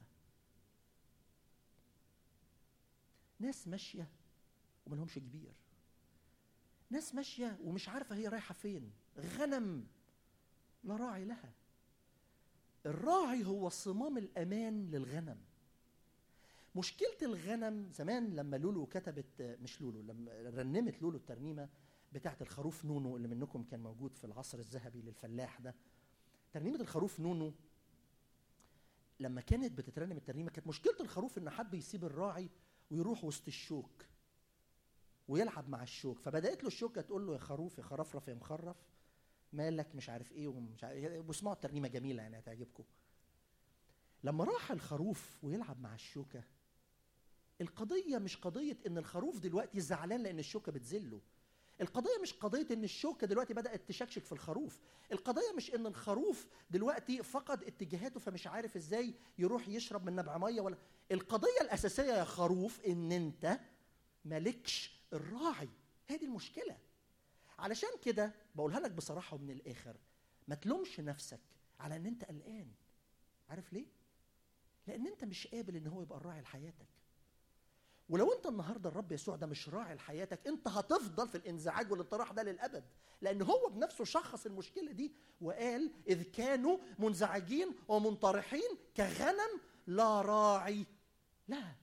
ناس ماشيه وملهمش كبير، ناس ماشيه ومش عارفه هي رايحه فين، غنم لا راعي لها. الراعي هو صمام الامان للغنم. مشكله الغنم زمان لما لولو كتبت، مش لولو، لما رنمت لولو الترنيمه بتاعت الخروف نونو اللي منكم كان موجود في العصر الذهبي للفلاح ده، ترنيمه الخروف نونو، لما كانت بتترنم الترنيمه كانت مشكله الخروف ان حب يسيب الراعي ويروح وسط الشوك ويلعب مع الشوك، فبدات له الشوكه تقول له يا خروف يا خرفرف يا مخرف مالك مش عارف ايه ومش عارف. واسمعوا الترنيمه جميله يعني هتعجبكم. لما راح الخروف ويلعب مع الشوكه، القضيه مش قضيه ان الخروف دلوقتي زعلان لان الشوكه بتذله، القضيه مش قضيه ان الشوكه دلوقتي بدات تشكشك في الخروف، القضيه مش ان الخروف دلوقتي فقد اتجاهاته فمش عارف ازاي يروح يشرب من نبع ميه، ولا القضيه الاساسيه يا خروف ان انت مالكش الراعي. هي دي المشكله. علشان كده بقولها لك بصراحه ومن الاخر، ما تلومش نفسك على ان انت قلقان. عارف ليه؟ لان انت مش قابل ان هو يبقى الراعي لحياتك. ولو انت النهارده الرب يسوع ده مش راعي لحياتك، انت هتفضل في الانزعاج والانطراح ده للابد، لان هو بنفسه شخص المشكله دي وقال اذ كانوا منزعجين ومنطرحين كغنم لا راعي لها.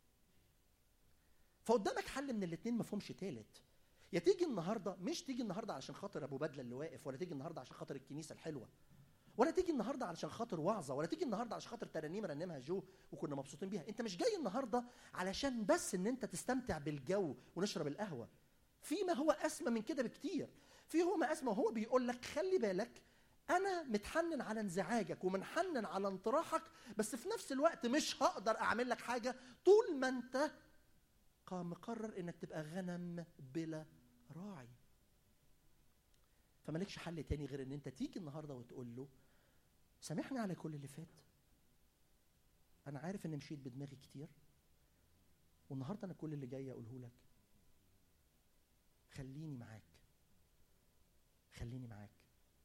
فقدامك حل من الاثنين مفهومش تالت. يا تيجي النهارده، مش تيجي النهارده علشان خاطر ابو بدله اللي واقف، ولا تيجي النهارده عشان خاطر الكنيسه الحلوه، ولا تيجي النهارده علشان خاطر وعظه، ولا تيجي النهارده عشان خاطر ترانيم رنمها جو وكنا مبسوطين بيها. انت مش جاي النهارده علشان بس ان انت تستمتع بالجو ونشرب القهوه. في ما هو اسمى من كده بكتير. في هو ما اسمى، وهو بيقول لك خلي بالك انا متحنن على انزعاجك ومنحنن على انطراحك، بس في نفس الوقت مش هقدر اعمل لك حاجه طول ما انت مقرر انك تبقى غنم بلا راعي. فمالكش حل تاني غير ان انت تيجي النهارده وتقول له سامحني على كل اللي فات، انا عارف ان مشيت بدماغي كتير، والنهارده انا كل اللي جاي اقوله لك خليني معاك، خليني معاك.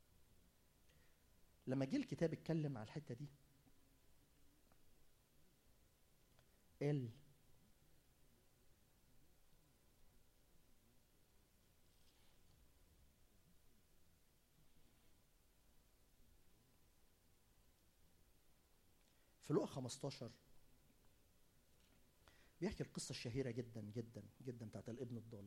لما جه الكتاب اتكلم على الحته دي قال في لوقا خمستاشر بيحكي القصه الشهيره جدا جدا جدا بتاعت الابن الضال،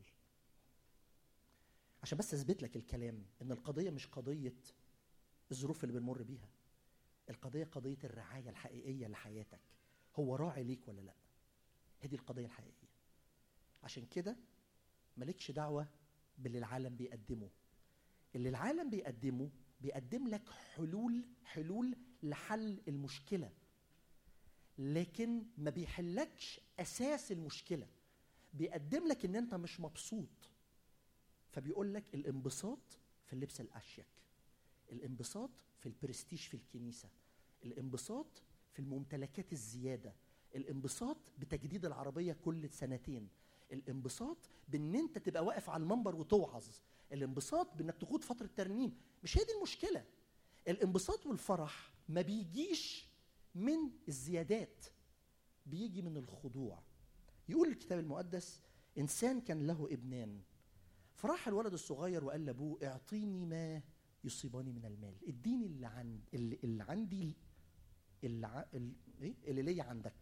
عشان بس اثبت لك الكلام ان القضيه مش قضيه الظروف اللي بنمر بيها، القضيه قضيه الرعايه الحقيقيه لحياتك. هو راعي ليك ولا لا؟ هي دي القضيه الحقيقيه. عشان كده مالكش دعوه باللي العالم بيقدمه. اللي العالم بيقدمه بيقدم لك حلول حلول لحل المشكله، لكن ما بيحلكش اساس المشكله. بيقدم لك ان انت مش مبسوط، فبيقول لك الانبساط في اللبس الاشيك، الانبساط في البرستيج في الكنيسه، الانبساط في الممتلكات الزياده، الانبساط بتجديد العربيه كل سنتين، الانبساط بان انت تبقى واقف على المنبر وتوعظ، الانبساط بانك تخوض فتره ترنيم. مش هي دي المشكله. الانبساط والفرح ما بيجيش من الزيادات، بيجي من الخضوع. يقول الكتاب المقدس انسان كان له ابنان، فراح الولد الصغير وقال لابوه اعطيني ما يصيبني من المال، اديني اللي عند اللي, اللي عندي اللي, ع... اللي ايه اللي ليا عندك.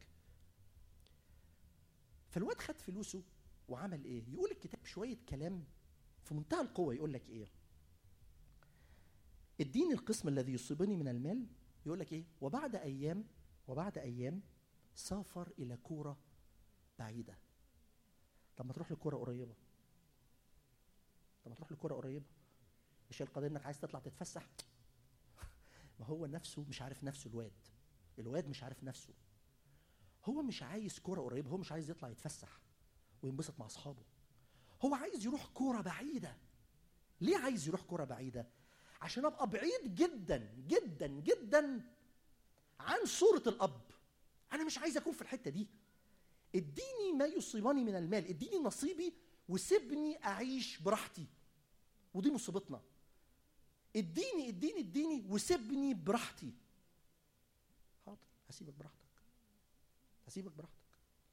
فالواد خد فلوسه وعمل ايه؟ يقول الكتاب شويه كلام في منتهى القوه. يقول لك ايه؟ اديني القسم الذي يصيبني من المال. يقول لك ايه؟ وبعد ايام وبعد ايام سافر الى كوره بعيده. طب ما تروح لكوره قريبه. طب ما تروح لكوره قريبه. مش القضيه انك عايز تطلع تتفسح؟ ما هو نفسه مش عارف نفسه. الواد الواد مش عارف نفسه. هو مش عايز كوره قريبه، هو مش عايز يطلع يتفسح وينبسط مع اصحابه. هو عايز يروح كوره بعيده. ليه عايز يروح كوره بعيده؟ عشان ابقى بعيد جدا جدا جدا عن صوره الاب. انا مش عايز اكون في الحته دي. اديني ما يصيبني من المال، اديني نصيبي وسيبني اعيش براحتي. ودي مصيبتنا. اديني اديني اديني وسيبني براحتي. حاضر، هسيبك براحتك، هسيبك براحتك.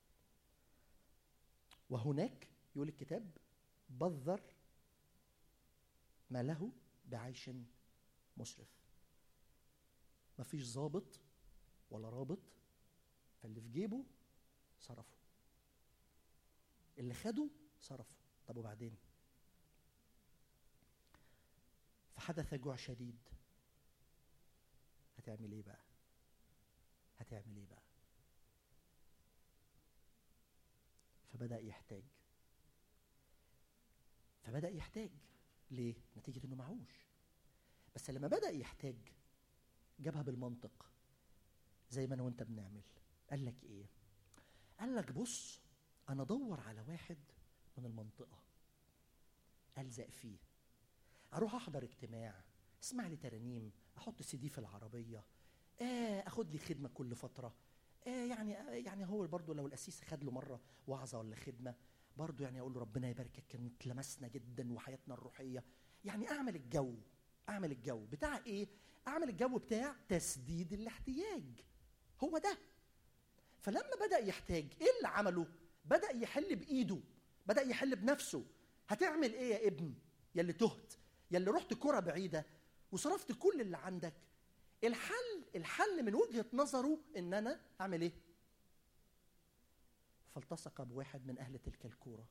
وهناك يقول الكتاب بذر ما له بعيش مسرف. مفيش ضابط ولا رابط، فاللي في جيبه صرفه، اللي خده صرفه. طب وبعدين؟ فحدث جوع شديد. هتعمل ايه بقى؟ هتعمل ايه بقى؟ فبدأ يحتاج. فبدأ يحتاج ليه؟ نتيجة انه معهوش. بس لما بدأ يحتاج جابها بالمنطق زي ما انا وانت بنعمل. قال لك ايه؟ قال لك بص، انا ادور على واحد من المنطقة ألزق فيه، اروح احضر اجتماع، اسمع لي ترانيم، احط سي دي في العربية، آه اخد لي خدمة كل فترة، آه يعني آه يعني هو برضو لو القسيس خد له مرة وعظة ولا خدمة برضو يعني اقول له ربنا يباركك، كانت لمسنا جدا وحياتنا الروحية. يعني اعمل الجو، اعمل الجو بتاع ايه؟ اعمل الجو بتاع تسديد الاحتياج. هو ده. فلما بدأ يحتاج ايه اللي عمله؟ بدأ يحل بايده، بدأ يحل بنفسه. هتعمل ايه يا ابن يا اللي تهت، يا اللي رحت كرة بعيدة وصرفت كل اللي عندك؟ الحل الحل من وجهة نظره ان انا اعمل ايه؟ فالتصق بواحد من اهل تلك الكورة.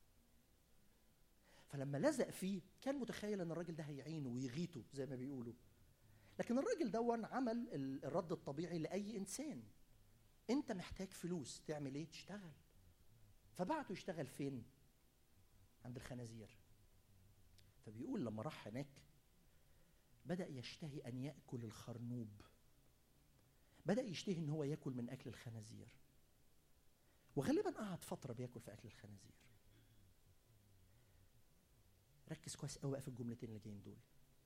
فلما لزق فيه كان متخيل ان الراجل ده هيعينه ويغيته زي ما بيقولوا، لكن الراجل دون عمل الرد الطبيعي لاي انسان. انت محتاج فلوس، تعمل ايه؟ تشتغل. فبعته يشتغل فين؟ عند الخنازير. فبيقول لما راح هناك بدأ يشتهي ان يأكل الخرنوب، بدأ يشتهي ان هو يأكل من اكل الخنازير، وغالبا قعد فترة بيأكل في اكل الخنازير. ركز كويس قوي بقى في الجملتين اللي جايين دول.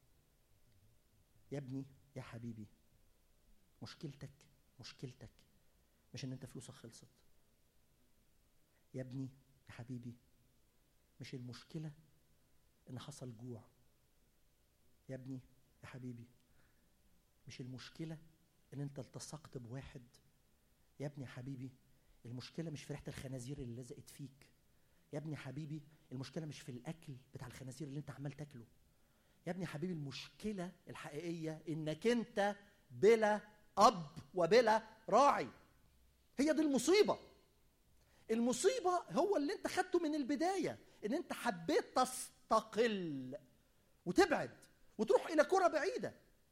يا ابني يا حبيبي، مشكلتك مشكلتك مش ان انت فلوسك خلصت. يا ابني يا حبيبي، مش المشكلة ان حصل جوع. يا ابني يا حبيبي، مش المشكلة ان انت التصقت بواحد. يا ابني يا حبيبي، المشكلة مش في ريحة الخنازير اللي لزقت فيك. يا ابني يا حبيبي، المشكلة مش في الأكل بتاع الخنازير اللي انت عمال تاكله. يا ابني يا حبيبي، المشكلة الحقيقية انك انت بلا أب وبلا راعي. هي دي المصيبة. المصيبة هو اللي انت خدته من البداية، ان انت حبيت تستقل وتبعد وتروح إلى كرة بعيدة.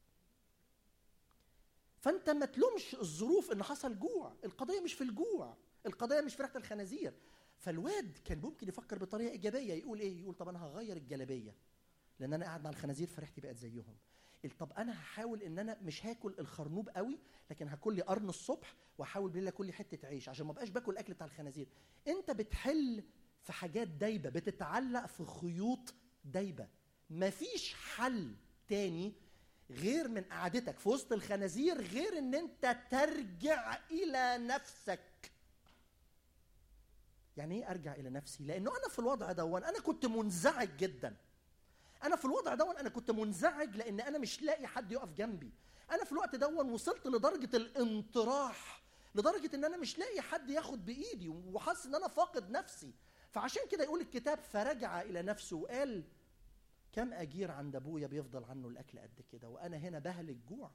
فانت ما تلومش الظروف ان حصل جوع. القضية مش في الجوع، القضية مش في ريحة الخنازير. فالواد كان ممكن يفكر بطريقة إيجابية. يقول إيه؟ يقول طب أنا هغير الجلابية لأن أنا قاعد مع الخنازير فريحتي بقت زيهم. طب أنا هحاول إن أنا مش هاكل الخرنوب قوي، لكن هاكل لي قرن الصبح وأحاول بالليل آكل لي حتة عيش عشان ما بقاش باكل الأكل بتاع الخنازير. أنت بتحل في حاجات دايبة، بتتعلق في خيوط دايبة. مفيش حل تاني غير من قعدتك في وسط الخنازير غير إن أنت ترجع إلى نفسك. يعني ايه ارجع الى نفسي؟ لانه انا في الوضع دون انا كنت منزعج جدا. انا في الوضع دون انا كنت منزعج لان انا مش لاقي حد يقف جنبي. انا في الوقت دون وصلت لدرجه الانطراح، لدرجه ان انا مش لاقي حد ياخد بايدي وحاسس ان انا فاقد نفسي. فعشان كده يقول الكتاب فرجع الى نفسه وقال كم اجير عند ابويا بيفضل عنه الاكل قد كده وانا هنا بهلك جوع.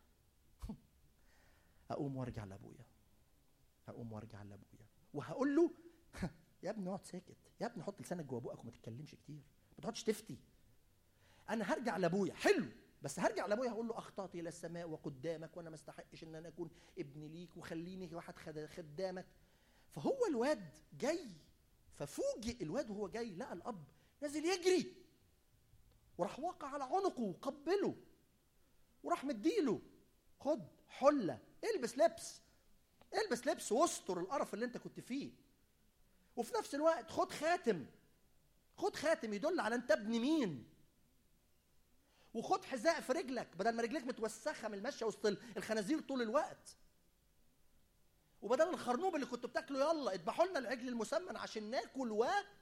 اقوم وارجع لابويا، اقوم وارجع لابويا وهقول له يا ابني اقعد ساكت، يا ابني حط لسانك جوه بقك وما تتكلمش كتير، ما تقعدش تفتي. انا هرجع لابويا. حلو، بس هرجع لابويا هقول له اخطأت الى السماء وقدامك وانا ما استحقش ان انا اكون ابن ليك وخليني واحد خدامك. فهو الواد جاي، ففوجئ الواد وهو جاي لقى الاب نازل يجري، وراح واقع على عنقه وقبله وراح مديله خد حله، البس لبس البس لبس واستر القرف اللي انت كنت فيه، وفي نفس الوقت خد خاتم خد خاتم يدل على انت ابن مين، وخد حذاء في رجلك بدل ما رجلك متوسخه من المشي وسط الخنازير طول الوقت، وبدل الخرنوب اللي كنت بتاكله يلا اذبحوا لنا العجل المسمن عشان ناكل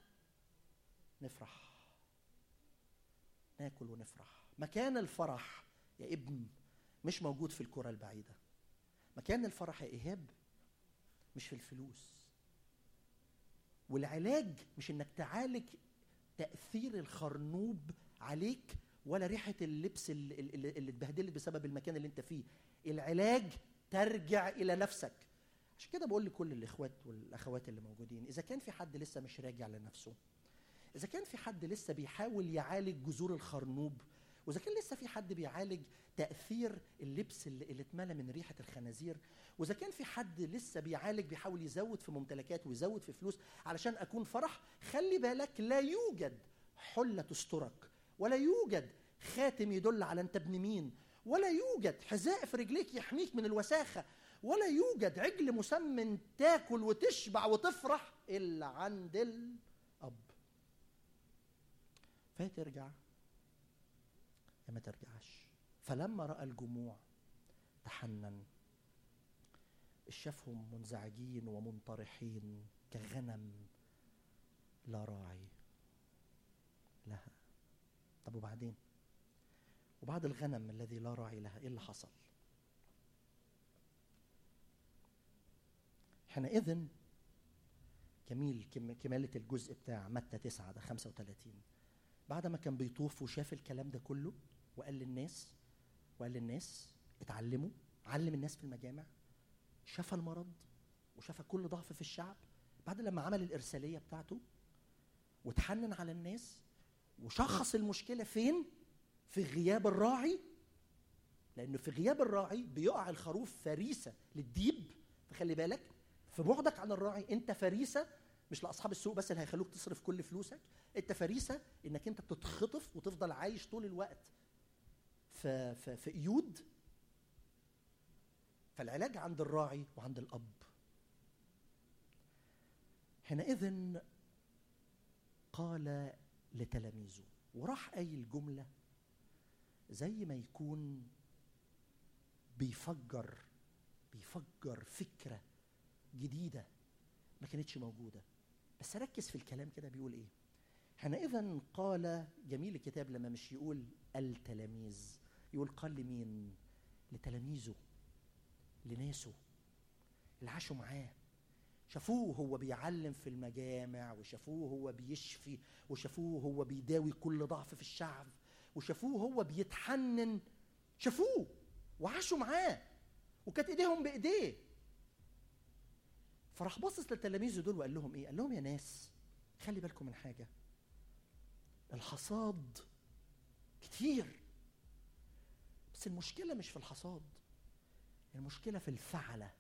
ونفرح ناكل ونفرح. مكان الفرح يا ابن مش موجود في الكرة البعيدة. مكان الفرح يا إيهاب مش في الفلوس، والعلاج مش انك تعالج تأثير الخرنوب عليك ولا ريحة اللبس اللي, اللي اتبهدلت بسبب المكان اللي انت فيه. العلاج ترجع إلى نفسك. عشان كده بقول لكل الإخوات والأخوات اللي موجودين، إذا كان في حد لسه مش راجع لنفسه، إذا كان في حد لسه بيحاول يعالج جذور الخرنوب، وإذا كان لسه في حد بيعالج تأثير اللبس اللي, اللي اتملى من ريحة الخنازير، وإذا كان في حد لسه بيعالج بيحاول يزود في ممتلكات ويزود في فلوس علشان أكون فرح، خلي بالك لا يوجد حلة تسترك، ولا يوجد خاتم يدل على أنت ابن مين، ولا يوجد حذاء في رجليك يحميك من الوساخة، ولا يوجد عجل مسمن تاكل وتشبع وتفرح إلا عند الأب. فهي ترجع يا ما ترجعش. فلما رأى الجموع تحنن، شافهم منزعجين ومنطرحين كغنم لا راعي لها. طب وبعدين؟ وبعد الغنم الذي لا راعي لها ايه اللي حصل؟ حينئذ جميل كمالة الجزء بتاع متى تسعة ده خمسة وثلاثين، بعد ما كان بيطوف وشاف الكلام ده كله وقال للناس وقال للناس اتعلموا، علم الناس في المجامع، شفى المرض وشفى كل ضعف في الشعب، بعد لما عمل الإرسالية بتاعته وتحنن على الناس وشخص المشكلة فين؟ في غياب الراعي، لأنه في غياب الراعي بيقع الخروف فريسة للديب. فخلي بالك في بعدك عن الراعي انت فريسة مش لأصحاب السوق بس اللي هيخلوك تصرف كل فلوسك، انت فريسة انك انت بتتخطف وتفضل عايش طول الوقت في, في, في قيود. فالعلاج عند الراعي وعند الأب. حينئذ قال لتلاميذه، وراح قايل جملة زي ما يكون بيفجر بيفجر فكرة جديدة ما كانتش موجودة. بس ركز في الكلام كده بيقول ايه. حينئذ قال، جميل الكتاب لما مش يقول التلاميذ، يقول قال لمين؟ لتلاميذه، لناسه اللي عاشوا معاه، شافوه هو بيعلم في المجامع، وشافوه هو بيشفي، وشافوه هو بيداوي كل ضعف في الشعب، وشافوه هو بيتحنن، شافوه وعاشوا معاه وكانت ايديهم بايديه. فراح باصص للتلاميذ دول وقال لهم ايه؟ قال لهم يا ناس خلي بالكم من حاجه، الحصاد كتير بس المشكله مش في الحصاد، المشكله في الفعله،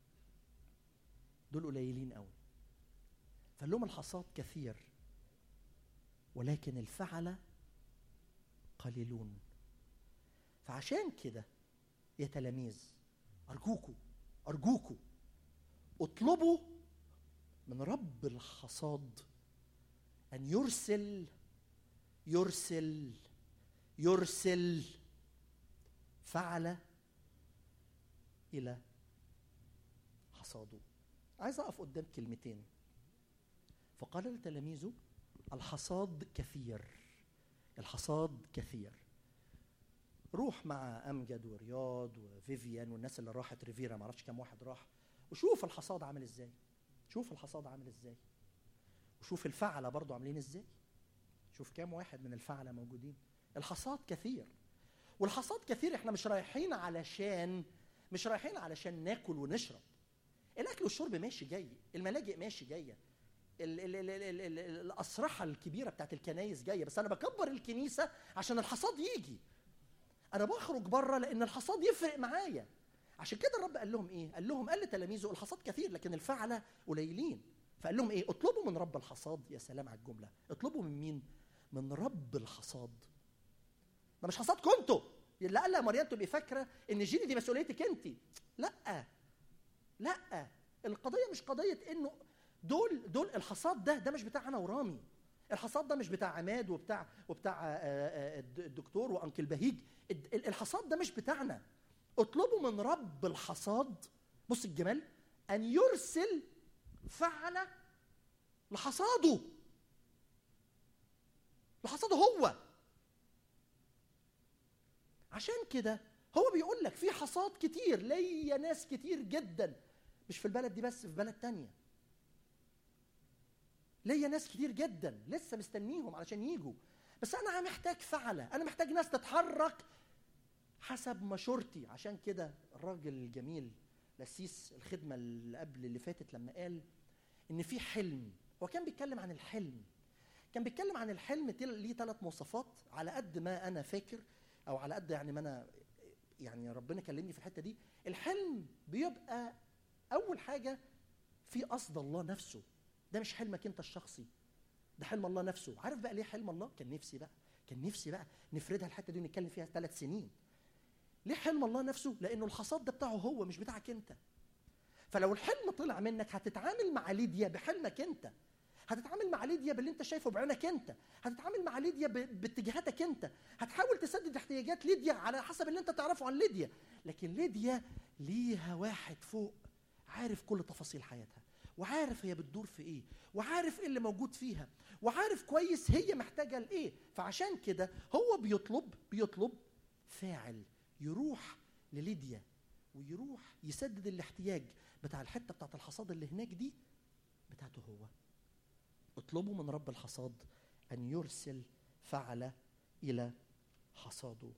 دول قليلين قوي. فقال لهم الحصاد كثير ولكن الفعله قليلون. فعشان كده يا تلاميذ ارجوكوا ارجوكوا اطلبوا من رب الحصاد ان يرسل يرسل يرسل فعل الى حصاده. عايز اقف قدام كلمتين. فقال لتلاميذه الحصاد كثير، الحصاد كثير. روح مع امجد ورياض وفيفيان والناس اللي راحت ريفيرا، ما اعرفش كام واحد راح، وشوف الحصاد عامل ازاي، شوف الحصاد عامل ازاي، وشوف الفعلة برضو عاملين ازاي، شوف كام واحد من الفعلة موجودين. الحصاد كثير، والحصاد كثير. احنا مش رايحين علشان مش رايحين علشان ناكل ونشرب. الاكل والشرب ماشي جاي، الملاجئ ماشي جايه، ال ال ال ال ال الاسرحه الكبيره بتاعت الكنايس جايه، بس انا بكبر الكنيسه عشان الحصاد يجي. انا بخرج بره لان الحصاد يفرق معايا. عشان كده الرب قال لهم ايه؟ قال لهم قال لتلاميذه الحصاد كثير لكن الفعله قليلين. فقال لهم ايه؟ اطلبوا من رب الحصاد. يا سلام على الجمله، اطلبوا من مين؟ من رب الحصاد. ده مش حصادكم انتوا اللي قال لها مريم تبقي فاكره ان الجيل دي مسؤوليتك انت. لا لا، القضيه مش قضيه انه دول دول الحصاد ده ده مش بتاع انا ورامي. الحصاد ده مش بتاع عماد وبتاع وبتاع الدكتور وانكل بهيج. الحصاد ده مش بتاعنا. اطلبوا من رب الحصاد، بص الجمال، ان يرسل فعل لحصاده. لحصاده هو. عشان كده هو بيقول لك في حصاد كتير، ليا ناس كتير جدا، مش في البلد دي بس، في بلد تانية ليا ناس كتير جدا لسه مستنيهم علشان يجوا. بس انا محتاج فعلة، انا محتاج ناس تتحرك حسب مشورتي. عشان كده الراجل الجميل لسيس الخدمة اللي قبل اللي فاتت لما قال ان في حلم، هو كان بيتكلم عن الحلم. كان بيتكلم عن الحلم ليه ثلاث مواصفات على قد ما انا فاكر، او على قد يعني ما انا يعني ربنا كلمني في الحتة دي. الحلم بيبقى اول حاجة في قصد الله نفسه. ده مش حلمك انت الشخصي، ده حلم الله نفسه. عارف بقى ليه حلم الله؟ كان نفسي بقى كان نفسي بقى نفردها الحته دي ونتكلم فيها ثلاث سنين. ليه حلم الله نفسه؟ لانه الحصاد ده بتاعه هو مش بتاعك انت. فلو الحلم طلع منك هتتعامل مع ليديا بحلمك انت، هتتعامل مع ليديا باللي انت شايفه بعينك انت، هتتعامل مع ليديا باتجاهاتك انت، هتحاول تسدد احتياجات ليديا على حسب اللي انت تعرفه عن ليديا. لكن ليديا ليها واحد فوق عارف كل تفاصيل حياتها، وعارف هي بتدور في ايه، وعارف ايه اللي موجود فيها، وعارف كويس هي محتاجه لايه. فعشان كده هو بيطلب بيطلب فاعل يروح لليديا ويروح يسدد الاحتياج بتاع الحته بتاعت الحصاد اللي هناك دي بتاعته هو. اطلبوا من رب الحصاد ان يرسل فعل الى حصاده.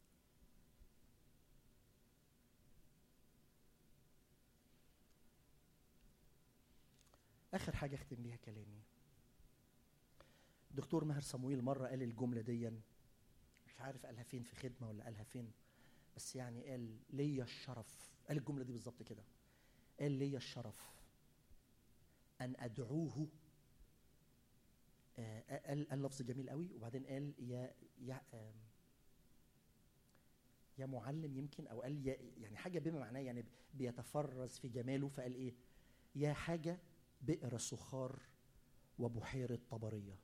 آخر حاجة أختم بيها كلامي. دكتور ماهر صمويل مرة قال الجملة دي، مش عارف قالها فين في خدمة ولا قالها فين، بس يعني قال ليا الشرف، قال الجملة دي بالظبط كده، قال ليا الشرف أن أدعوه. آه قال قال لفظ جميل قوي، وبعدين قال يا يا آه يا معلم يمكن، أو قال يا يعني حاجة بما معناه يعني بيتفرز في جماله. فقال إيه؟ يا حاجة بئر سخار وبحيرة طبرية.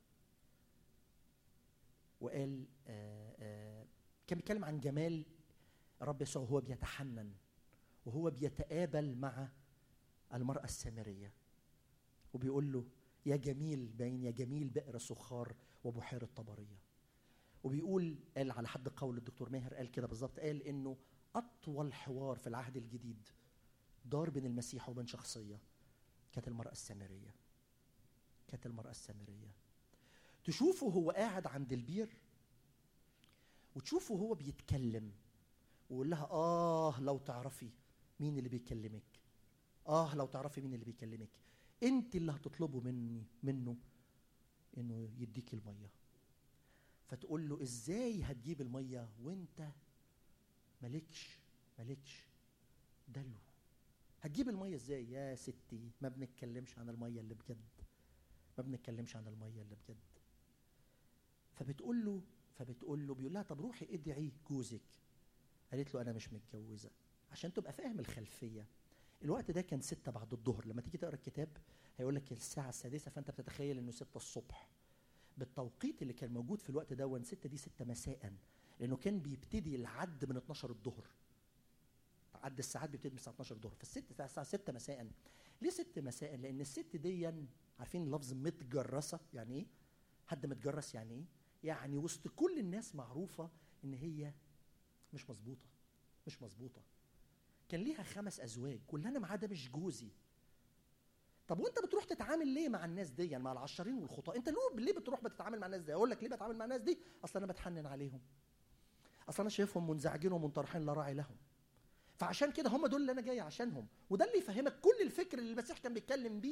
وقال آآ آآ كان بيتكلم عن جمال الرب يسوع وهو بيتحنن وهو بيتقابل مع المرأة السامرية، وبيقول له يا جميل، باين يا جميل بئر سخار وبحيرة طبرية. وبيقول قال على حد قول الدكتور ماهر قال كده بالظبط، قال انه اطول حوار في العهد الجديد دار بين المسيح وبين شخصية كانت المرأة السامرية. كانت المرأة السامرية. تشوفه هو قاعد عند البير، وتشوفه هو بيتكلم ويقول لها آه لو تعرفي مين اللي بيكلمك، آه لو تعرفي مين اللي بيكلمك، أنت اللي هتطلبه مني منه إنه يديك المية. فتقول له إزاي هتجيب المية وأنت مالكش مالكش دلو؟ هتجيب المية ازاي يا ستي؟ ما بنتكلمش عن المية اللي بجد، ما بنتكلمش عن المية اللي بجد. فبتقول له فبتقول له بيقول لها طب روحي ادعي جوزك. قالت له انا مش متجوزة. عشان تبقى فاهم الخلفية، الوقت ده كان ستة بعد الظهر. لما تيجي تقرا الكتاب هيقول لك الساعة السادسة، فانت بتتخيل انه ستة الصبح بالتوقيت اللي كان موجود في الوقت ده. وان ستة دي ستة مساء، لانه كان بيبتدي العد من اتناشر الظهر. عد الساعات بيبتدي من الساعه اتناشر الظهر، فالست الساعه ستة مساء. ليه ستة مساء؟ لان الست دي عارفين لفظ متجرسه يعني ايه؟ حد متجرس يعني ايه؟ يعني وسط كل الناس معروفه ان هي مش مظبوطه مش مظبوطه. كان ليها خمس ازواج، كلنا معاه ده مش جوزي. طب وانت بتروح تتعامل ليه مع الناس دي، يعني مع العشرين والخطاة؟ انت ليه بتروح بتتعامل مع الناس دي؟ اقول لك ليه بتعامل مع الناس دي. اصلا انا بتحنن عليهم، اصلا انا شايفهم منزعجين ومنطرحين لا راعي لهم. فعشان كده هم دول اللي انا جاي عشانهم. وده اللي يفهمك كل الفكر اللي المسيح كان بيتكلم بيه.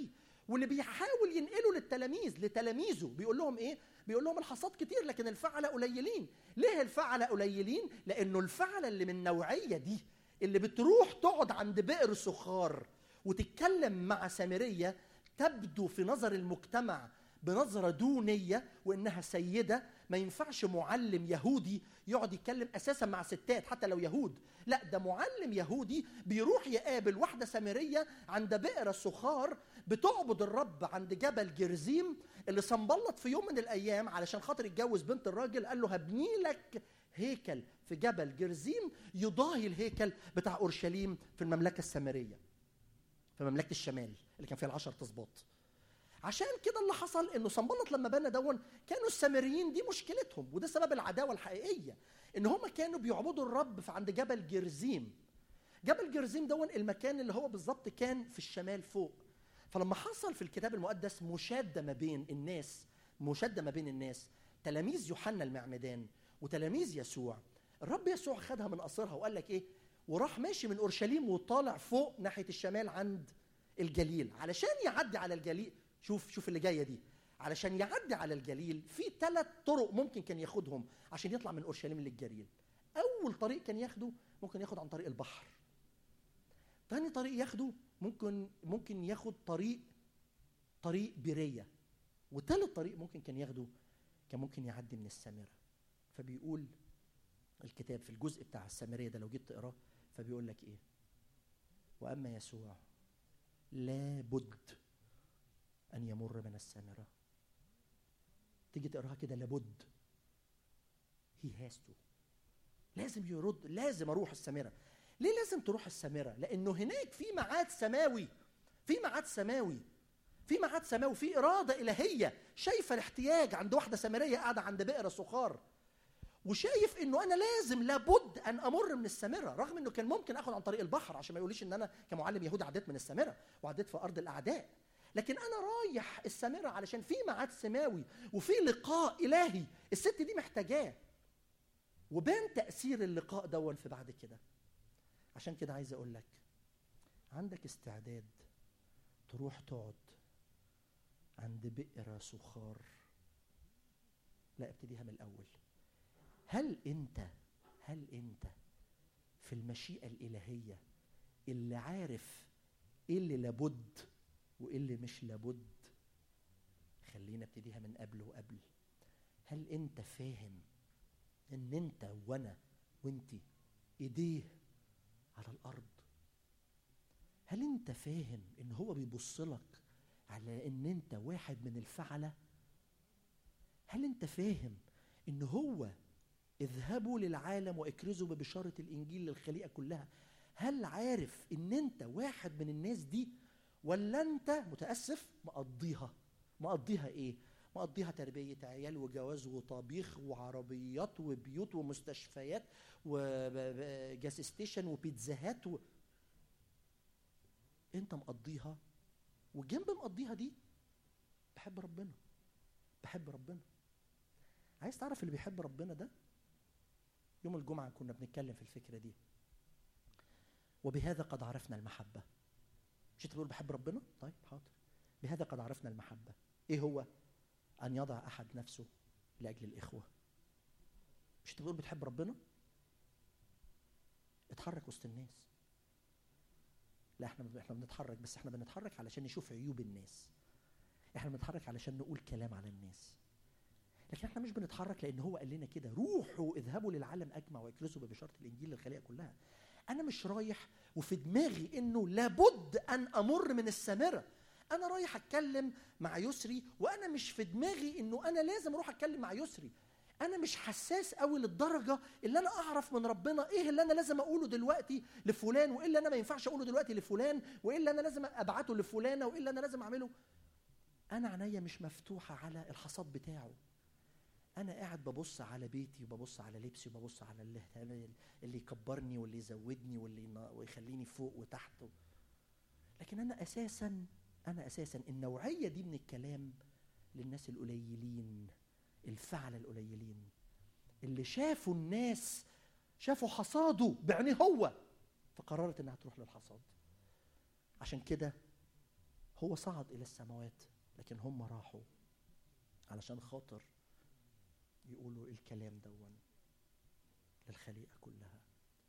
واللي بيحاول ينقله للتلاميذ لتلاميذه بيقول لهم ايه؟ بيقول لهم الحصاد كتير لكن الفعلة قليلين. ليه الفعلة قليلين؟ لانه الفعلة اللي من النوعية دي اللي بتروح تقعد عند بئر سخار وتتكلم مع سامرية تبدو في نظر المجتمع بنظرة دونية وإنها سيدة. ما ينفعش معلم يهودي يقعد يتكلم أساسا مع ستات حتى لو يهود، لا ده معلم يهودي بيروح يقابل واحدة سامرية عند بئر سخار بتعبد الرب عند جبل جرزيم اللي صنبلط في يوم من الأيام علشان خاطر يتجوز بنت الراجل قال له هبني لك هيكل في جبل جرزيم يضاهي الهيكل بتاع أورشليم في المملكة السامرية في مملكة الشمال اللي كان فيها العشر تصباط. عشان كده اللي حصل انه صنبلط لما بنى دون كانوا السامريين دي مشكلتهم، وده سبب العداوه الحقيقيه ان هم كانوا بيعبدوا الرب في عند جبل جرزيم. جبل جرزيم دون المكان اللي هو بالظبط كان في الشمال فوق. فلما حصل في الكتاب المقدس مشاده ما بين الناس مشاده ما بين الناس تلاميذ يوحنا المعمدان وتلاميذ يسوع، الرب يسوع خدها من قصرها وقال لك ايه؟ وراح ماشي من اورشليم وطالع فوق ناحيه الشمال عند الجليل علشان يعدي على الجليل. شوف شوف اللي جايه دي، علشان يعدي على الجليل في ثلاث طرق ممكن كان ياخدهم عشان يطلع من اورشليم للجليل. اول طريق كان ياخده ممكن ياخد عن طريق البحر. ثاني طريق ياخده ممكن ممكن ياخد طريق طريق بيريه. وثالث طريق ممكن كان ياخده كان ممكن يعدي من السامره. فبيقول الكتاب في الجزء بتاع السامريه ده لو جيت تقراه فبيقول لك ايه؟ واما يسوع لابد أن يمر من السامرة. تيجي تقراها كده لابد he has to لازم يرد لازم أروح السامرة. ليه لازم تروح السامرة؟ لأنه هناك في ميعاد سماوي في ميعاد سماوي في ميعاد سماوي في إرادة إلهية شايفة الاحتياج عند واحدة سامرية قاعدة عند بئر سخار وشايف انه انا لازم لابد ان امر من السامره، رغم انه كان ممكن اخد عن طريق البحر عشان ما يقوليش ان انا كمعلم يهودي عديت من السامره وعديت في ارض الاعداء. لكن انا رايح السامره علشان في ميعاد سماوي وفي لقاء الهي الست دي محتاجاه. وبان تاثير اللقاء دون في بعد كده. عشان كده عايز اقول لك عندك استعداد تروح تقعد عند بئر سخار؟ لا ابتديها من الاول. هل انت هل انت في المشيئة الإلهية اللي عارف ايه اللي لابد وايه اللي مش لابد؟ خلينا ابتديها من قبل وقبل. هل انت فاهم ان انت وانا وانتي ايديه على الارض؟ هل انت فاهم ان هو بيبص لك على ان انت واحد من الفعلة؟ هل انت فاهم ان هو اذهبوا للعالم واكرزوا ببشارة الانجيل للخليقة كلها؟ هل عارف ان انت واحد من الناس دي؟ ولا انت متأسف مقضيها مقضيها ايه؟ مقضيها تربية عيال وجواز وطبيخ وعربيات وبيوت ومستشفيات وجاس ستيشن وبيتزاهات و... انت مقضيها وجنب مقضيها دي بحب ربنا بحب ربنا. عايز تعرف اللي بيحب ربنا ده؟ يوم الجمعة كنا بنتكلم في الفكرة دي. وبهذا قد عرفنا المحبة. مش انت بتقول بحب ربنا؟ طيب حاضر. بهذا قد عرفنا المحبة. ايه هو؟ ان يضع احد نفسه لاجل الاخوة. مش انت بتقول بتحب ربنا؟ اتحرك وسط الناس. لا احنا احنا بنتحرك، بس احنا بنتحرك علشان نشوف عيوب الناس. احنا بنتحرك علشان نقول كلام على الناس. لكن احنا مش بنتحرك لان هو قال لنا كده روحوا اذهبوا للعالم اجمع واكرزوا ببشاره الانجيل للخليقه كلها. انا مش رايح وفي دماغي انه لابد ان امر من السامره. انا رايح اتكلم مع يسري وانا مش في دماغي انه انا لازم اروح اتكلم مع يسري. انا مش حساس قوي للدرجه اللي انا اعرف من ربنا ايه اللي انا لازم اقوله دلوقتي لفلان وايه اللي انا ما ينفعش اقوله دلوقتي لفلان وايه اللي انا لازم ابعته لفلانه وايه اللي انا لازم اعمله. انا عينيا مش مفتوحه على الحصاد بتاعه. أنا قاعد ببص على بيتي وببص على لبسي وببص على اللي, اللي يكبرني واللي يزودني واللي ويخليني فوق وتحت. لكن أنا أساساً أنا أساساً النوعية دي من الكلام للناس القليلين، الفعلة القليلين اللي شافوا الناس شافوا حصاده بعينيه هو فقررت إنها تروح للحصاد. عشان كده هو صعد الى السماوات، لكن هم راحوا علشان خاطر يقولوا الكلام دون للخليقة كلها.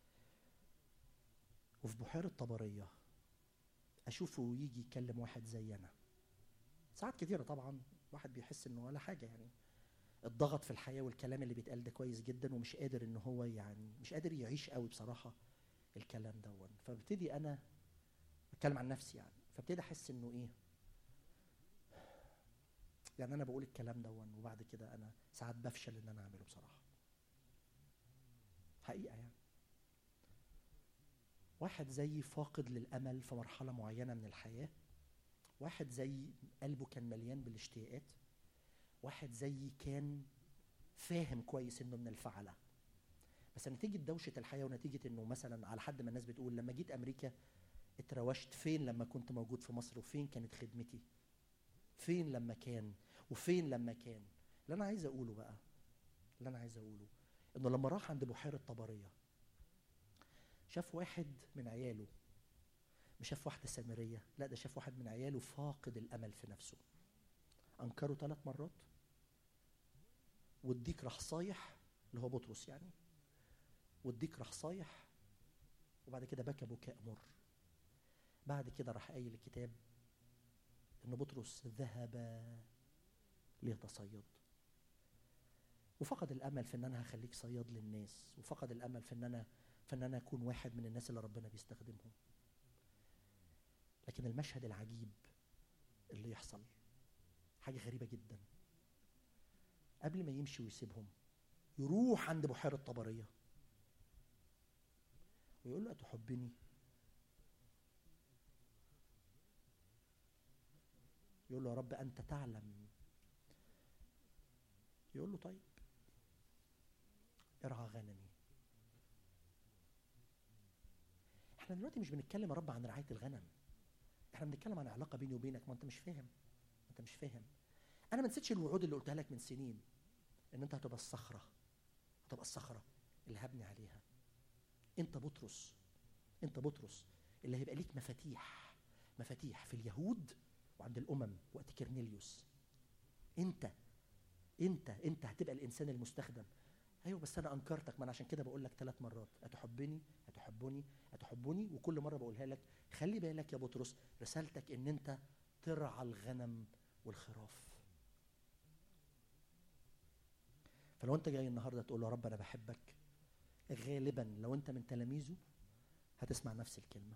وفي بحيرة طبرية اشوفه يجي يكلم واحد زينا. ساعات كتيرة طبعا واحد بيحس انه ولا حاجة، يعني الضغط في الحياة والكلام اللي بيتقال ده كويس جدا، ومش قادر ان هو يعني مش قادر يعيش قوي بصراحة الكلام دون. فببتدي انا اتكلم عن نفسي يعني، فابتدي احس انه ايه، يعني انا بقول الكلام دون وبعد كده انا ساعات بفشل ان انا اعمله بصراحة حقيقة. يعني واحد زي فاقد للامل في مرحلة معينة من الحياة، واحد زي قلبه كان مليان بالاشتياقات، واحد زي كان فاهم كويس انه من الفعلة، بس نتيجة دوشة الحياة ونتيجة انه مثلا على حد ما الناس بتقول لما جيت امريكا اتروشت، فين لما كنت موجود في مصر، وفين كانت خدمتي، فين لما كان وفين لما كان. اللي انا عايز اقوله بقى، اللي انا عايز اقوله انه لما راح عند بحيرة طبرية شاف واحد من عياله، مش شاف واحدة سامرية، لا ده شاف واحد من عياله فاقد الامل في نفسه. انكره ثلاث مرات، والديك راح صايح، اللي هو بطرس يعني، والديك راح صايح، وبعد كده بكى بكاء مر. بعد كده راح قايل الكتاب ان بطرس ذهب ليتصيد، وفقد الامل في ان انا هخليك صياد للناس، وفقد الامل في ان انا في ان انا اكون واحد من الناس اللي ربنا بيستخدمهم. لكن المشهد العجيب اللي يحصل حاجة غريبة جدا، قبل ما يمشي ويسيبهم يروح عند بحيرة طبرية ويقول له أتحبني؟ يقول له يا رب أنت تعلم. يقول له طيب ارعى غنمي. احنا دلوقتي مش بنتكلم يا رب عن رعاية الغنم، احنا بنتكلم عن علاقة بيني وبينك. ما انت مش فاهم، انت مش فاهم. انا ما نسيتش الوعود اللي قلتها لك من سنين، ان انت هتبقى الصخرة، هتبقى الصخرة اللي هبني عليها. انت بطرس، انت بطرس اللي هيبقى ليك مفاتيح، مفاتيح في اليهود وعند الامم وقت كرنيليوس. انت انت انت هتبقى الانسان المستخدم. ايوه بس انا انكرتك، ما انا عشان كده بقول لك ثلاث مرات اتحبني اتحبني اتحبني، وكل مره بقولها لك خلي بالك يا بطرس، رسالتك ان انت ترعى الغنم والخراف. فلو انت جاي النهارده تقول يا رب انا بحبك، غالبا لو انت من تلاميذه هتسمع نفس الكلمه،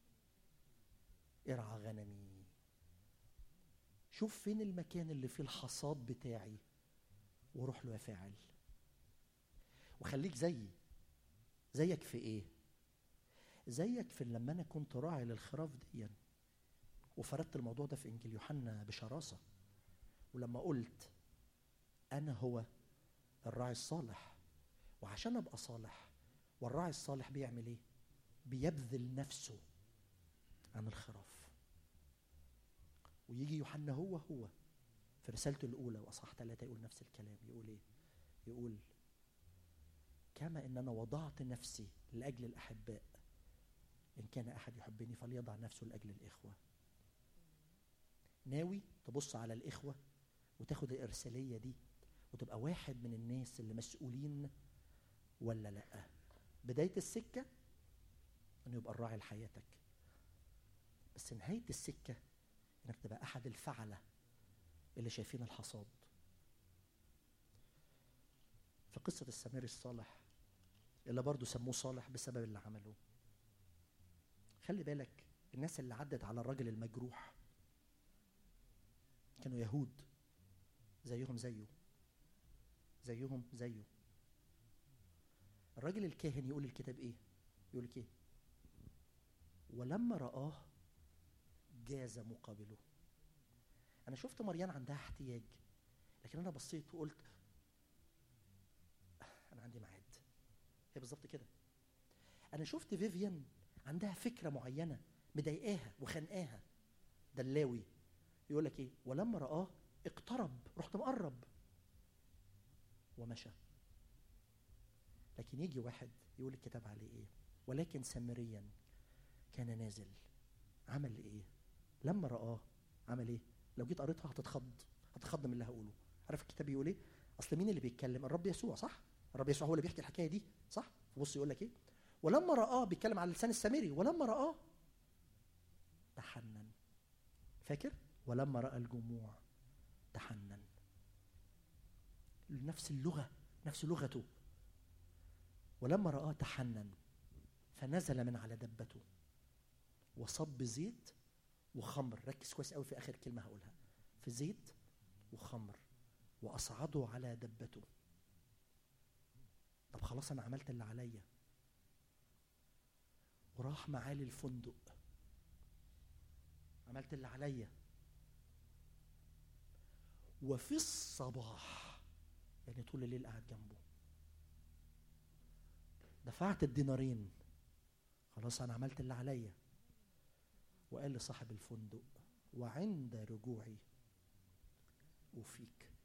ارعى غنمي. شوف فين المكان اللي فيه الحصاد بتاعي وروح له يا فاعل. وخليك زيي. زيك في ايه؟ زيك في لما انا كنت راعي للخراف دي وفردت الموضوع ده في انجيل يوحنا بشراسه، ولما قلت انا هو الراعي الصالح، وعشان ابقى صالح، والراعي الصالح بيعمل ايه؟ بيبذل نفسه عن الخراف. ويجي يوحنا هو هو في رسالته الاولى واصحاح ثلاثة يقول نفس الكلام. يقول ايه؟ يقول كما ان انا وضعت نفسي لاجل الاحباء، ان كان احد يحبني فليضع نفسه لاجل الاخوه. ناوي تبص على الاخوه وتاخد الارساليه دي وتبقى واحد من الناس اللي مسؤولين ولا لا؟ بدايه السكه انه يبقى الراعي لحياتك، بس نهايه السكه انك تبقى احد الفعله اللي شايفين الحصاد. في قصه السامري الصالح اللي برضو سموه صالح بسبب اللي عمله، خلي بالك الناس اللي عدت على الراجل المجروح كانوا يهود زيهم زيه زيهم زيه. الراجل الكاهن يقول الكتاب ايه؟ يقول لك ايه؟ ولما رآه جاز مقابله. انا شفت مريان عندها احتياج، لكن انا بصيت وقلت انا عندي ميعاد. هي بالظبط كده. انا شفت فيفيان عندها فكره معينه مضايقاها وخانقاها، ده اللاوي يقول لك ايه؟ ولما رآه اقترب، رحت مقرب ومشى. لكن يجي واحد يقول الكتاب عليه ايه؟ ولكن سامريا كان نازل، عمل ايه؟ لما رآه عمل ايه؟ لو جيت قريتها هتتخض، هتتخض من اللي هقوله. عارف الكتاب بيقول ايه؟ اصل مين اللي بيتكلم؟ الرب يسوع، صح؟ الرب يسوع هو اللي بيحكي الحكايه دي، صح؟ بص يقول لك ايه؟ ولما رآه، بيتكلم على لسان السامري، ولما رآه تحنن. فاكر؟ ولما رأى الجموع تحنن. نفس اللغة، نفس لغته. ولما رآه تحنن فنزل من على دبته وصب زيت وخمر. ركز كويس قوي في آخر كلمة هقولها، في زيت وخمر، وأصعده على دبته. طب خلاص أنا عملت اللي عليا. وراح معاه للفندق، عملت اللي عليا. وفي الصباح، يعني طول الليل قاعد جنبه، دفعت الدينارين، خلاص انا عملت اللي عليا. وقال لصاحب الفندق وعند رجوعي أوفيك.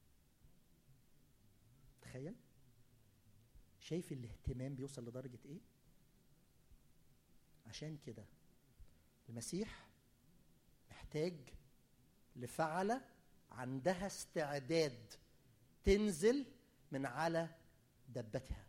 تخيل، شايف الاهتمام بيوصل لدرجة ايه؟ عشان كده المسيح محتاج لفعلة عندها استعداد تنزل من على دبتها.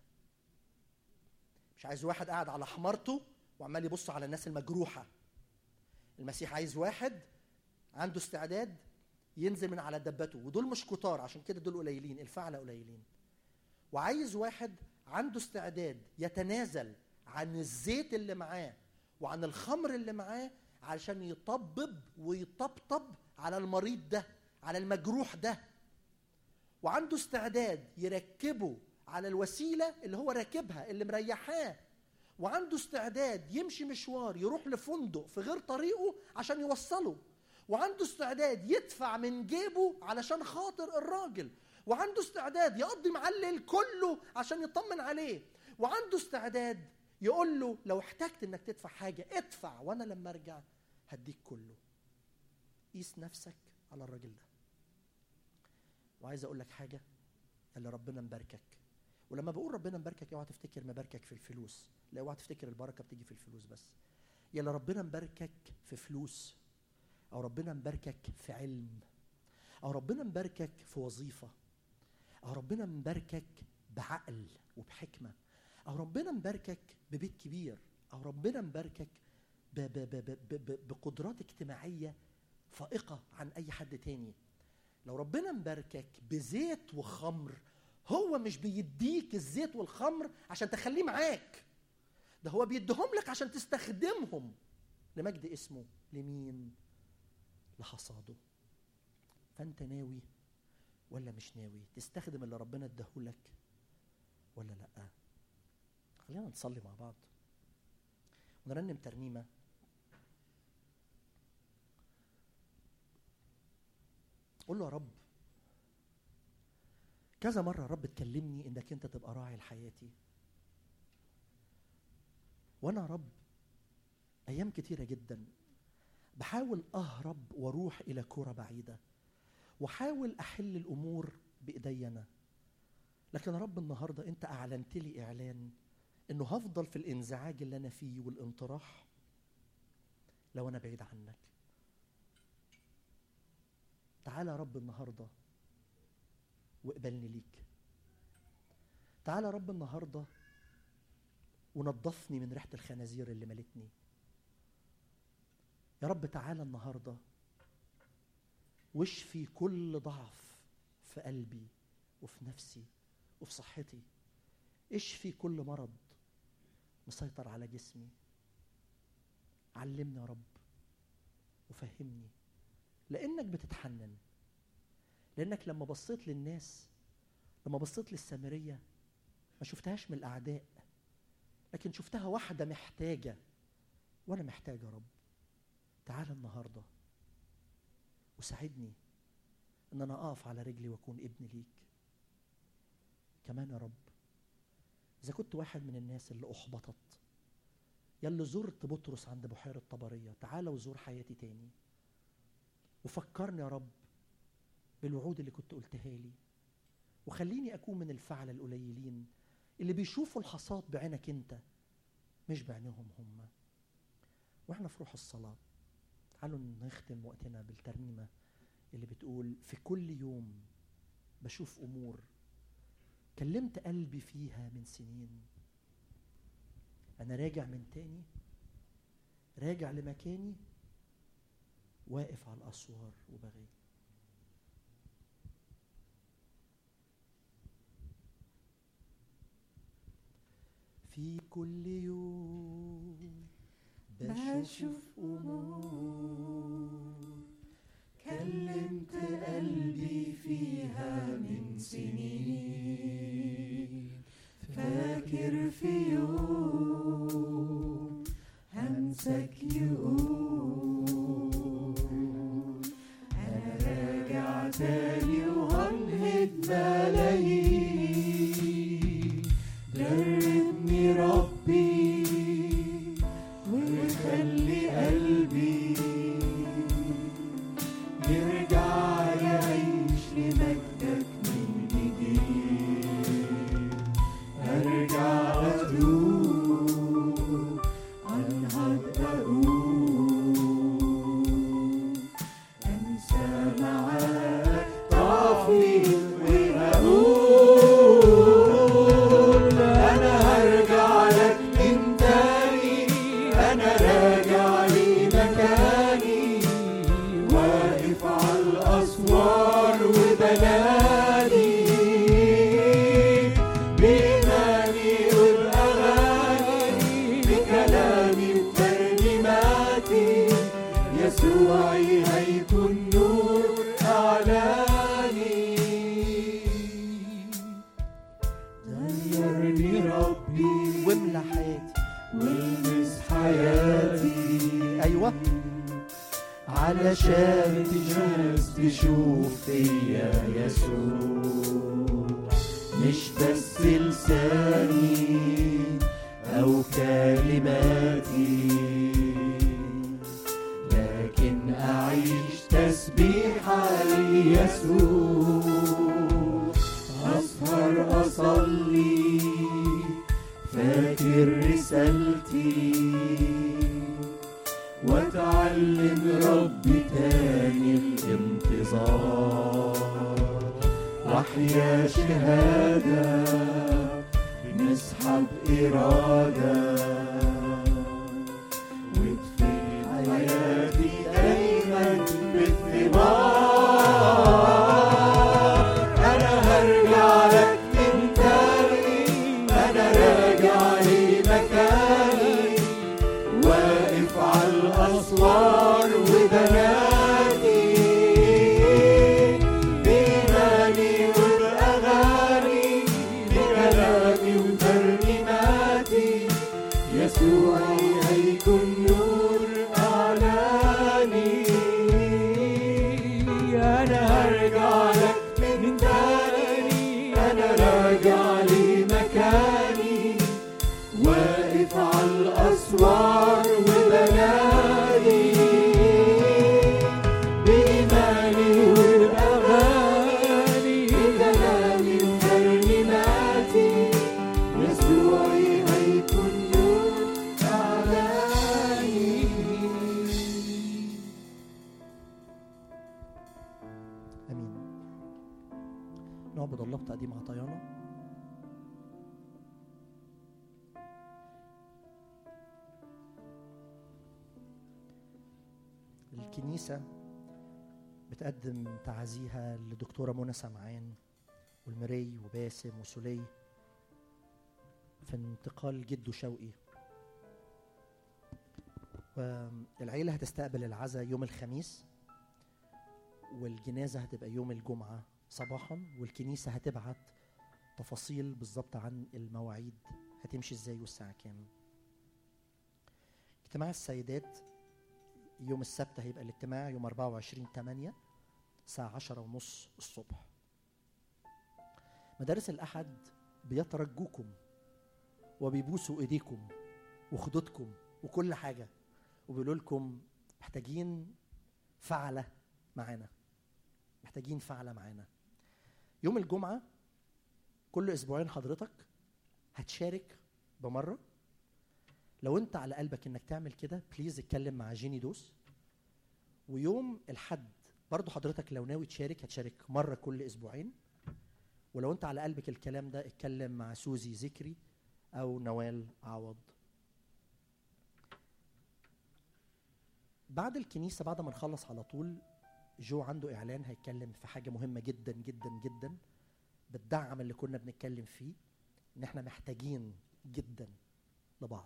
مش عايز واحد قاعد على حمارته وعمال يبص على الناس المجروحة. المسيح عايز واحد عنده استعداد ينزل من على دبته، ودول مش كتار، عشان كده دول قليلين، الفعلة قليلين. وعايز واحد عنده استعداد يتنازل عن الزيت اللي معاه وعن الخمر اللي معاه علشان يطبب ويطبطب على المريض ده، على المجروح ده. وعنده استعداد يركبه على الوسيلة اللي هو راكبها اللي مريحاه. وعنده استعداد يمشي مشوار، يروح لفندق في غير طريقه عشان يوصله. وعنده استعداد يدفع من جيبه علشان خاطر الراجل. وعنده استعداد يقضي معاه الليل كله عشان يطمن عليه. وعنده استعداد يقول له لو احتجت انك تدفع حاجة ادفع، وانا لما ارجع هديك كله. قيس نفسك على الراجل ده. وعايز اقول لك حاجة، اللي ربنا مباركك. ولما بقول ربنا مباركك اوعى تفتكر مباركك في الفلوس، لا، اوعى تفتكر البركة بتيجي في الفلوس بس. يلا ربنا مباركك في فلوس، او ربنا مباركك في علم، او ربنا مباركك في وظيفة، او ربنا مباركك بعقل وبحكمة، او ربنا مباركك ببيت كبير، او ربنا مباركك ب ب ب ب ب بقدرات اجتماعية فائقة عن اي حد تاني. لو ربنا مباركك بزيت وخمر، هو مش بيديك الزيت والخمر عشان تخليه معاك، ده هو بيديهم لك عشان تستخدمهم لمجد اسمه. لمين؟ لحصاده. فانت ناوي ولا مش ناوي تستخدم اللي ربنا اداهولك ولا لا؟ خلينا نصلي مع بعض ونرنم ترنيمة. قول له يا رب، كذا مرة رب تكلمني انك انت تبقى راعي لحياتي، وانا يا رب ايام كتيرة جدا بحاول اهرب واروح الى كرة بعيدة وحاول احل الامور بايدي انا. لكن يا رب النهاردة انت اعلنت لي اعلان انه هفضل في الانزعاج اللي انا فيه والانطراح لو انا بعيد عنك. تعالى يا رب النهاردة واقبلني ليك. تعالى يا رب النهاردة ونظفني من ريحة الخنازير اللي ملتني. يا رب تعالى النهاردة واشفي كل ضعف في قلبي وفي نفسي وفي صحتي. اشفي كل مرض مسيطر على جسمي. علمني يا رب وفهمني، لأنك بتتحنن. لأنك لما بصيت للناس، لما بصيت للسامرية، ما شفتهاش من الأعداء، لكن شفتها واحدة محتاجة، وأنا محتاج يا رب. تعال النهاردة وساعدني إن أنا أقف على رجلي وأكون ابن ليك. كمان يا رب إذا كنت واحد من الناس اللي أحبطت، يلي زرت بطرس عند بحيرة طبرية، تعال وزور حياتي تاني وفكرني يا رب بالوعود اللي كنت قلتها لي، وخليني أكون من الفعلة القليلين اللي بيشوفوا الحصاد بعينك أنت مش بعينهم هم. وإحنا في روح الصلاة تعالوا نختم وقتنا بالترنيمة اللي بتقول في كل يوم بشوف أمور كلمت قلبي فيها من سنين، أنا راجع من تاني، راجع لمكاني، واقف على الأسوار وبغي. في كل يوم بشوف أمور كلمت قلبي فيها من سنين، فاكر في يوم همسك يقول أنا راجع تاني وهنهد ملايين. دربني ربي وخلي قلبي يرجع يعيش لمجدك من جديد. أرجع أتوب أنهض أقول أنسى معاك ضعفي وأقول أنا هرجع لك من تاني، أنا راجع لمكاني، واقف على الأسوار وبنادي بإيماني وبأغاني، بكلامي وترنيماتي، يسوعي هيكون نور أعلاني. غيرني ربي واملى حياتي والمس حياتي، أيوة علشان الناس تشوف فيا يسوع، مش بس لساني أو كلماتي، لكن أعيش تسبيحة ليسوع. أسهر أصلي فاكر رسالتي، واتعلم ربي تاني الانتظار، واحيا شهادة بنسحب إرادة، وتفيد حياتي دايما بالثمار. أنا هرجع لك من تاني، أنا راجع لمكاني، واقف على الأسوار وبنادي بإيماني وبأغاني، بكلامي وترنيماتي، يسوعي هيكون نور أعلاني. أنا هرجع لك من تاني، أنا راجع لمكاني، واقف على الأسوار وبنادي بإيماني وبأغاني، بكلامي وترنيماتي، يسوعي هيكون نور أعلاني. آمين. نعبد الله بتقديم عطايانا. الكنيسة بتقدم تعازيها لدكتورة منى سمعان والمري وباسم وسلي في انتقال جده شوقي، والعيلة هتستقبل العزاء يوم الخميس، والجنازة هتبقى يوم الجمعة صباحا، والكنيسة هتبعت تفاصيل بالظبط عن المواعيد هتمشي ازاي والساعة كام. اجتماع السيدات يوم السبت هيبقى الاجتماع يوم أربعة وعشرين ثمانية الساعة عشرة ونص الصبح. مدارس الأحد بيترجوكم وبيبوسوا ايديكم وخدودكم وكل حاجة، وبيقولوا لكم محتاجين فعلة معانا، محتاجين فعلة معانا. يوم الجمعة كل اسبوعين حضرتك هتشارك بمرة. لو انت على قلبك انك تعمل كده بليز اتكلم مع جيني دوس ويوم الحد برضو حضرتك لو ناوي تشارك هتشارك مرة كل أسبوعين، ولو أنت على قلبك الكلام ده اتكلم مع سوزي ذكري أو نوال عوض. بعد الكنيسة بعد ما نخلص على طول جو عنده إعلان هيتكلم في حاجة مهمة جدا جدا جدا بتدعم اللي كنا بنتكلم فيه، إن احنا محتاجين جدا لبعض.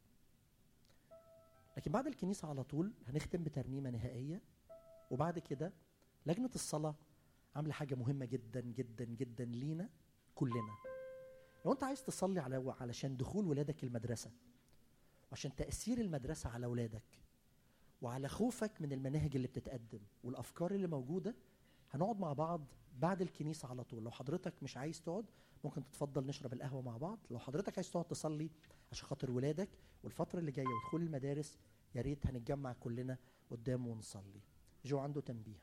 لكن بعد الكنيسة على طول هنختم بترنيمة نهائية، وبعد كده لجنة الصلاة عاملة حاجة مهمة جدا جدا جدا لينا كلنا. لو انت عايز تصلي على علشان دخول ولادك المدرسة، وعشان تأثير المدرسة على ولادك، وعلى خوفك من المناهج اللي بتتقدم والأفكار اللي موجودة، هنقعد مع بعض بعد الكنيسة على طول. لو حضرتك مش عايز تقعد ممكن تتفضل نشرب القهوة مع بعض. لو حضرتك عايز تقعد تصلي عشان خاطر ولادك والفترة اللي جاية ودخول المدارس، يا ريت هنتجمع كلنا قدامه ونصلي. جو عنده تنبيه.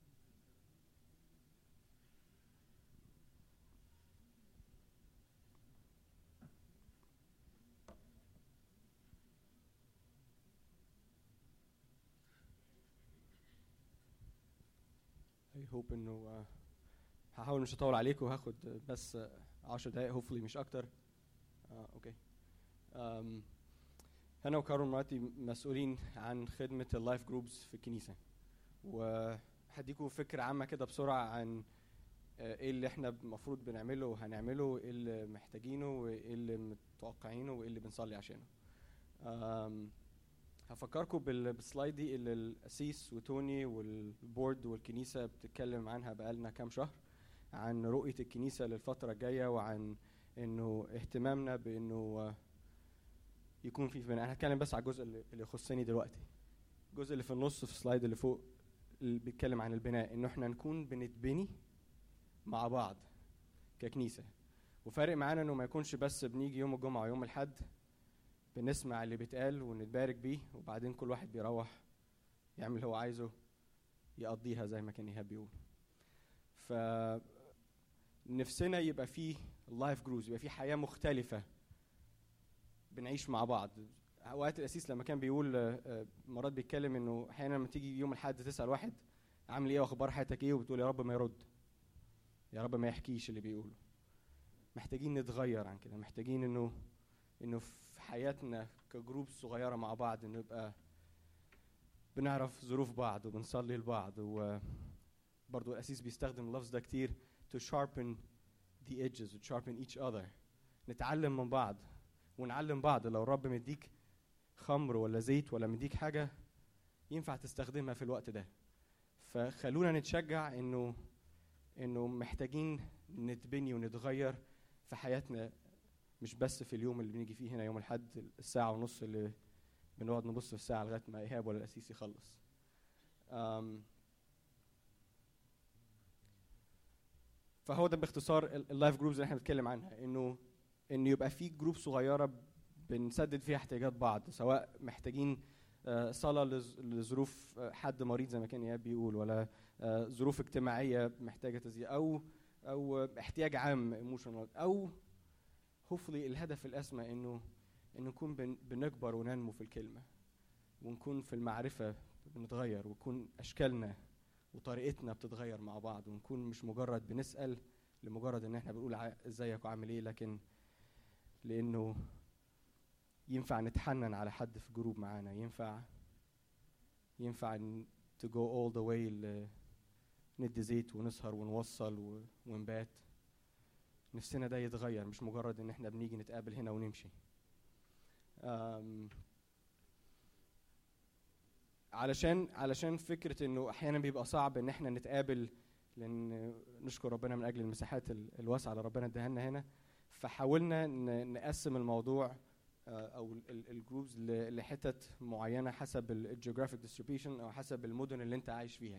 I hope انه uh, هحاول مش هطول عليكم، هاخد بس عشر دقايق hopefully مش اكتر. آه، اوكي. um, انا وكارول مراتي مسؤولين عن خدمة اللايف جروبز في الكنيسة، وهديكم فكرة عامة كده بسرعة عن ايه اللي احنا المفروض بنعمله وهنعمله، ايه اللي محتاجينه وايه اللي متوقعينه وايه اللي بنصلي عشانه. um, هفكركم بالسلايد دي اللي الأسيس وتوني والبورد والكنيسة بتتكلم عنها بقالنا كام شهر، عن رؤية الكنيسة للفترة الجاية، وعن انه اهتمامنا بانه يكون في بناء. انا هتكلم بس على الجزء اللي يخصني دلوقتي. الجزء اللي في النص في السلايد اللي فوق اللي بيتكلم عن البناء، انه احنا نكون بنتبني مع بعض ككنيسة. وفارق معانا انه ما يكونش بس بنيجي يوم الجمعة ويوم الحد بنسمع اللي بيتقال ونتبارك بيه، وبعدين كل واحد بيروح يعمل اللي هو عايزه يقضيها زي ما كان إيهاب بيقول. ف نفسنا يبقى فيه لايف جروز، يبقى فيه حياة مختلفة بنعيش مع بعض. اوقات الأسيس لما كان بيقول مرات بيتكلم انه احيانا لما تيجي يوم الحد تسأل واحد عامل ايه واخبار حياتك ايه، وبتقول يا رب ما يرد، يا رب ما يحكيش اللي بيقوله. محتاجين نتغير عن كده، محتاجين انه انه في حياتنا كجروب صغيرة مع بعض نبقى بنعرف ظروف بعض وبنصلي لبعض. وبرضو الأسيس بيستخدم اللفظ ده كتير، to sharpen the edges, to sharpen each other. نتعلم من بعض ونعلم بعض. لو الرب مديك خمر ولا زيت ولا مديك حاجة ينفع تستخدمها في الوقت ده. فخلونا نتشجع انه انه محتاجين نتبني ونتغير في حياتنا، مش بس في اليوم اللي بنيجي فيه هنا يوم الحد الساعة ونص اللي بنقعد نبص في الساعة لغاية ما إيهاب ولا الأسيس يخلص. فهو ده باختصار اللايف جروبز اللي احنا بنتكلم عنها، انه انه يبقى في جروب صغيرة بنسدد فيها احتياجات بعض، سواء محتاجين صلاة لظروف حد مريض زي ما كان إيهاب بيقول، ولا ظروف اجتماعية محتاجة تزيد، او او احتياج عام ايموشنال، او hopefully الهدف الأسمى إنه إنه نكون بن بنكبر وننمو في الكلمة، ونكون في المعرفة بنتغير، ويكون أشكالنا وطريقتنا بتتغير مع بعض، ونكون مش مجرد بنسأل لمجرد إن إحنا بنقول إزيك وعامل إيه، لكن لأنه ينفع نتحنن على حد في جروب معانا، ينفع ينفع to go all the way ندي زيت ونسهر ونوصل ونبات. نفسنا ده يتغير، مش مجرد ان احنا بنيجي نتقابل هنا ونمشي. علشان علشان فكرة انه احيانا بيبقى صعب ان احنا نتقابل، لان نشكر ربنا من اجل المساحات الواسعة اللي ربنا اداها لنا هنا، فحاولنا نقسم الموضوع او الجروبز لحتت معينة حسب الجيوغرافيك ديستريبيوشن او حسب المدن اللي انت عايش فيها.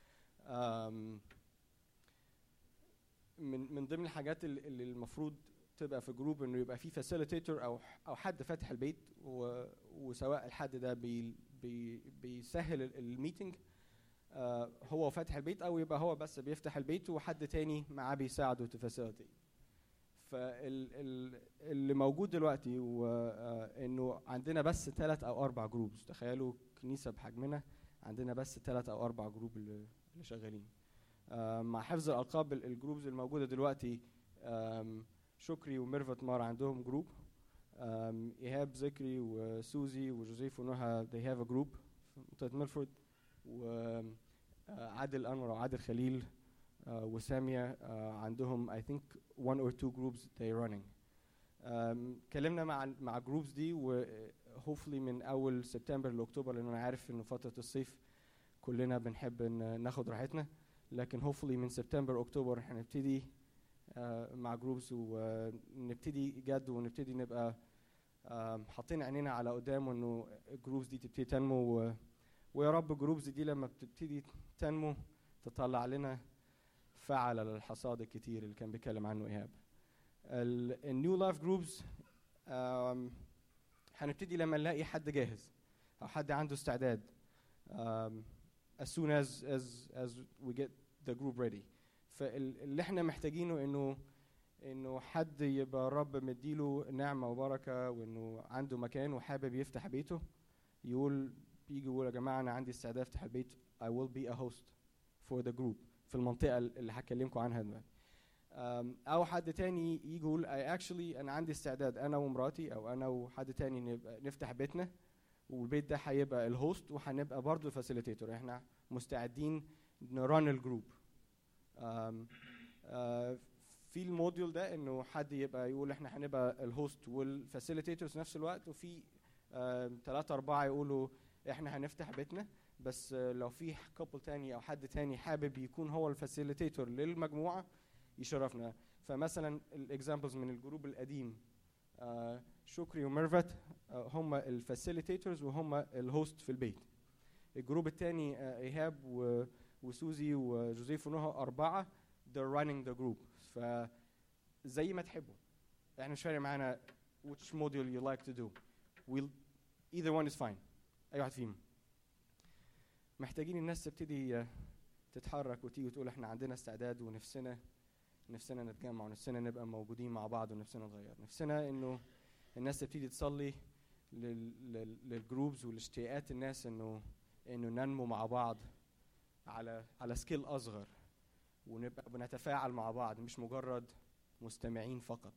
من من ضمن الحاجات اللي المفروض تبقى في جروب انه يبقى في فاسيليتيتور او او حد فاتح البيت، وسواء الحد ده بي بي بيسهل الميتنج هو فاتح البيت، او يبقى هو بس بيفتح البيت وحد تاني معاه بيساعده تفاسيليتي. فاللي موجود دلوقتي وانه عندنا بس ثلاث او اربع جروبز. تخيلوا كنيسه بحجمنا عندنا بس ثلاث او اربع جروب اللي اللي شغالين. آه، مع حفظ الالقاب ال- الجروبز الموجوده دلوقتي، آم، شكري وميرفت مار عندهم جروب، آم، ايهاب ذكري وسوزي وجوزيف ونهى they have a group في منطقه ميلفورد، وعادل انور وعادل خليل آه، وساميه آه، عندهم I think one or two groups they running. آم، اتكلمنا مع مع جروبز دي، و hopefully من اول سبتمبر لاكتوبر، لان انا عارف انه فتره الصيف كلنا بنحب ان ناخد راحتنا، لكن hopefully من سبتمبر اكتوبر هنبتدي آه، مع جروبز، ونبتدي جد، ونبتدي نبقى آم، حاطين عينينا على قدام، وانه الجروبز دي تبتدي تنمو، و- ويا رب الجروبز دي لما بتبتدي تنمو تطلع لنا فعل للحصاد الكتير اللي كان بيتكلم عنه ايهاب. النيو لايف جروبز هنبتدي لما نلاقي حد جاهز او حد عنده استعداد. um, as soon as as as we get the group ready. فاللي احنا محتاجينه انه انه حد يبقى الرب مديله نعمه وبركه، وانه عنده مكان وحابب يفتح بيته، يقول يجي يقول يا جماعه انا عندي استعداد افتح البيت، I will be a host for the group في المنطقه اللي هكلمكم عنها دلوقتي. um, او حد تاني يجي يقول I actually انا عندي استعداد انا ومراتي او انا وحد تاني نبقى نفتح بيتنا، والبيت ده هيبقى الهوست وهنبقى برضه الفاسيليتيتور، احنا مستعدين نران الجروب. في الموديول ده انه حد يبقى يقول احنا هنبقى الهوست والفاسيليتيتور في نفس الوقت، وفي ثلاثة أربعة يقولوا احنا هنفتح بيتنا، بس آه، لو في كابل تاني او حد تاني حابب يكون هو الفاسيليتيتور للمجموعه يشرفنا. فمثلا الاكزامبلز من الجروب القديم، آه، شكري وميرفت آه، هم الفاسيليتيتورز وهم الهوست في البيت. الجروب الثاني ايهاب و- وسوزي وجوزيف ونهى اربعه they're running the group. فزي ما تحبوا، احنا مش فارق معانا which module you like to do, we'll either one is fine، اي واحد فيهم. محتاجين الناس تبتدي آه، تتحرك وتيجي وتقول احنا عندنا استعداد، ونفسنا نفسنا نتجمع، ونفسنا نبقى موجودين مع بعض، ونفسنا نتغير. نفسنا انه الناس تبتدي تصلي لل- لل- للجروبز والاشتياقات الناس، انه انه ننمو مع بعض على على سكيل اصغر، ونبقى بنتفاعل مع بعض، مش مجرد مستمعين فقط.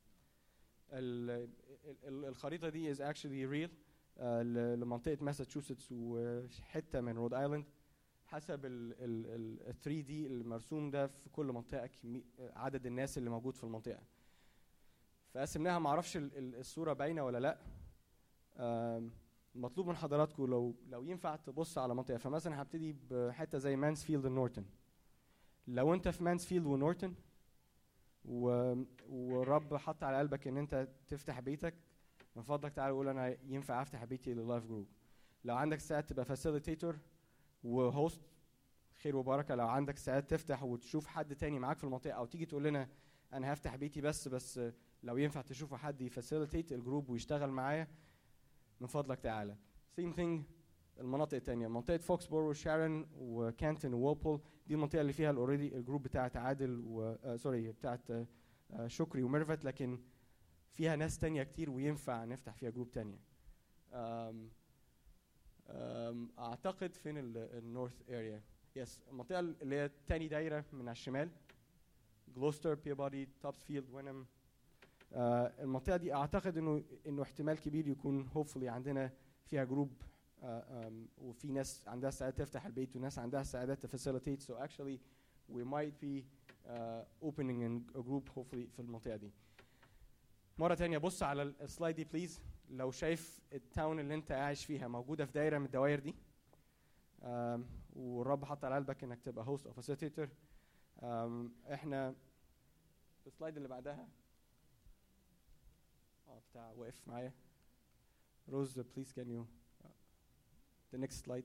ال- ال- الخريطه دي is actually real آه، ل- لمنطقه ماساتشوستس وحته من رود ايلاند. حسب ال ثري دي المرسوم ده في كل منطقه كمي- عدد الناس اللي موجود في المنطقه. فقسمناها، معرفش ال- ال- الصوره باينه ولا لا. آم، مطلوب من حضراتكم لو لو ينفع تبص على منطقه. فمثلا هبتدي بحته زي مانسفيلد ونورتون. لو انت في مانسفيلد ونورتون و... ورب حط على قلبك ان انت تفتح بيتك، من فضلك تعال قول انا ينفع افتح بيتي لللايف جروب. لو عندك ساعات تبقى فاسيليتيتور وهوست، خير وبركه. لو عندك ساعات تفتح وتشوف حد تاني معاك في المنطقه، او تيجي تقول لنا انا هفتح بيتي بس بس لو ينفع تشوفوا حد يفاسيليتيت الجروب ويشتغل معايا، من فضلك تعالى. same thing المناطق التانية، منطقة فوكسبورو وشارن وكانتون وولبول، دي المنطقة اللي فيها اوريدي الجروب بتاعت عادل و آه سوري بتاعت آه شكري وميرفت، لكن فيها ناس تانية كتير وينفع نفتح فيها جروب تانية. آم آم اعتقد فين النورث اريا، يس المنطقة اللي هي تاني دايرة من على الشمال، جلوستر، بيبادي، توبسفيلد، وينم. آه المنطقة دي اعتقد انه انه احتمال كبير يكون hopefully عندنا فيها جروب، uh, um, وفي ناس عندها استعداد تفتح البيت، وناس عندها استعداد تفاسيليتيت. so actually we might be uh, opening a group hopefully في المنطقة دي. مرة تانية بص على السلايد دي بليز. لو شايف التاون اللي انت عايش فيها موجودة في دايرة من الدوائر دي، um, والرب حط على قلبك انك تبقى host or facilitator. um, احنا السلايد اللي بعدها اه بتاع وقف معايا Rose, uh, please can you uh, the next slide.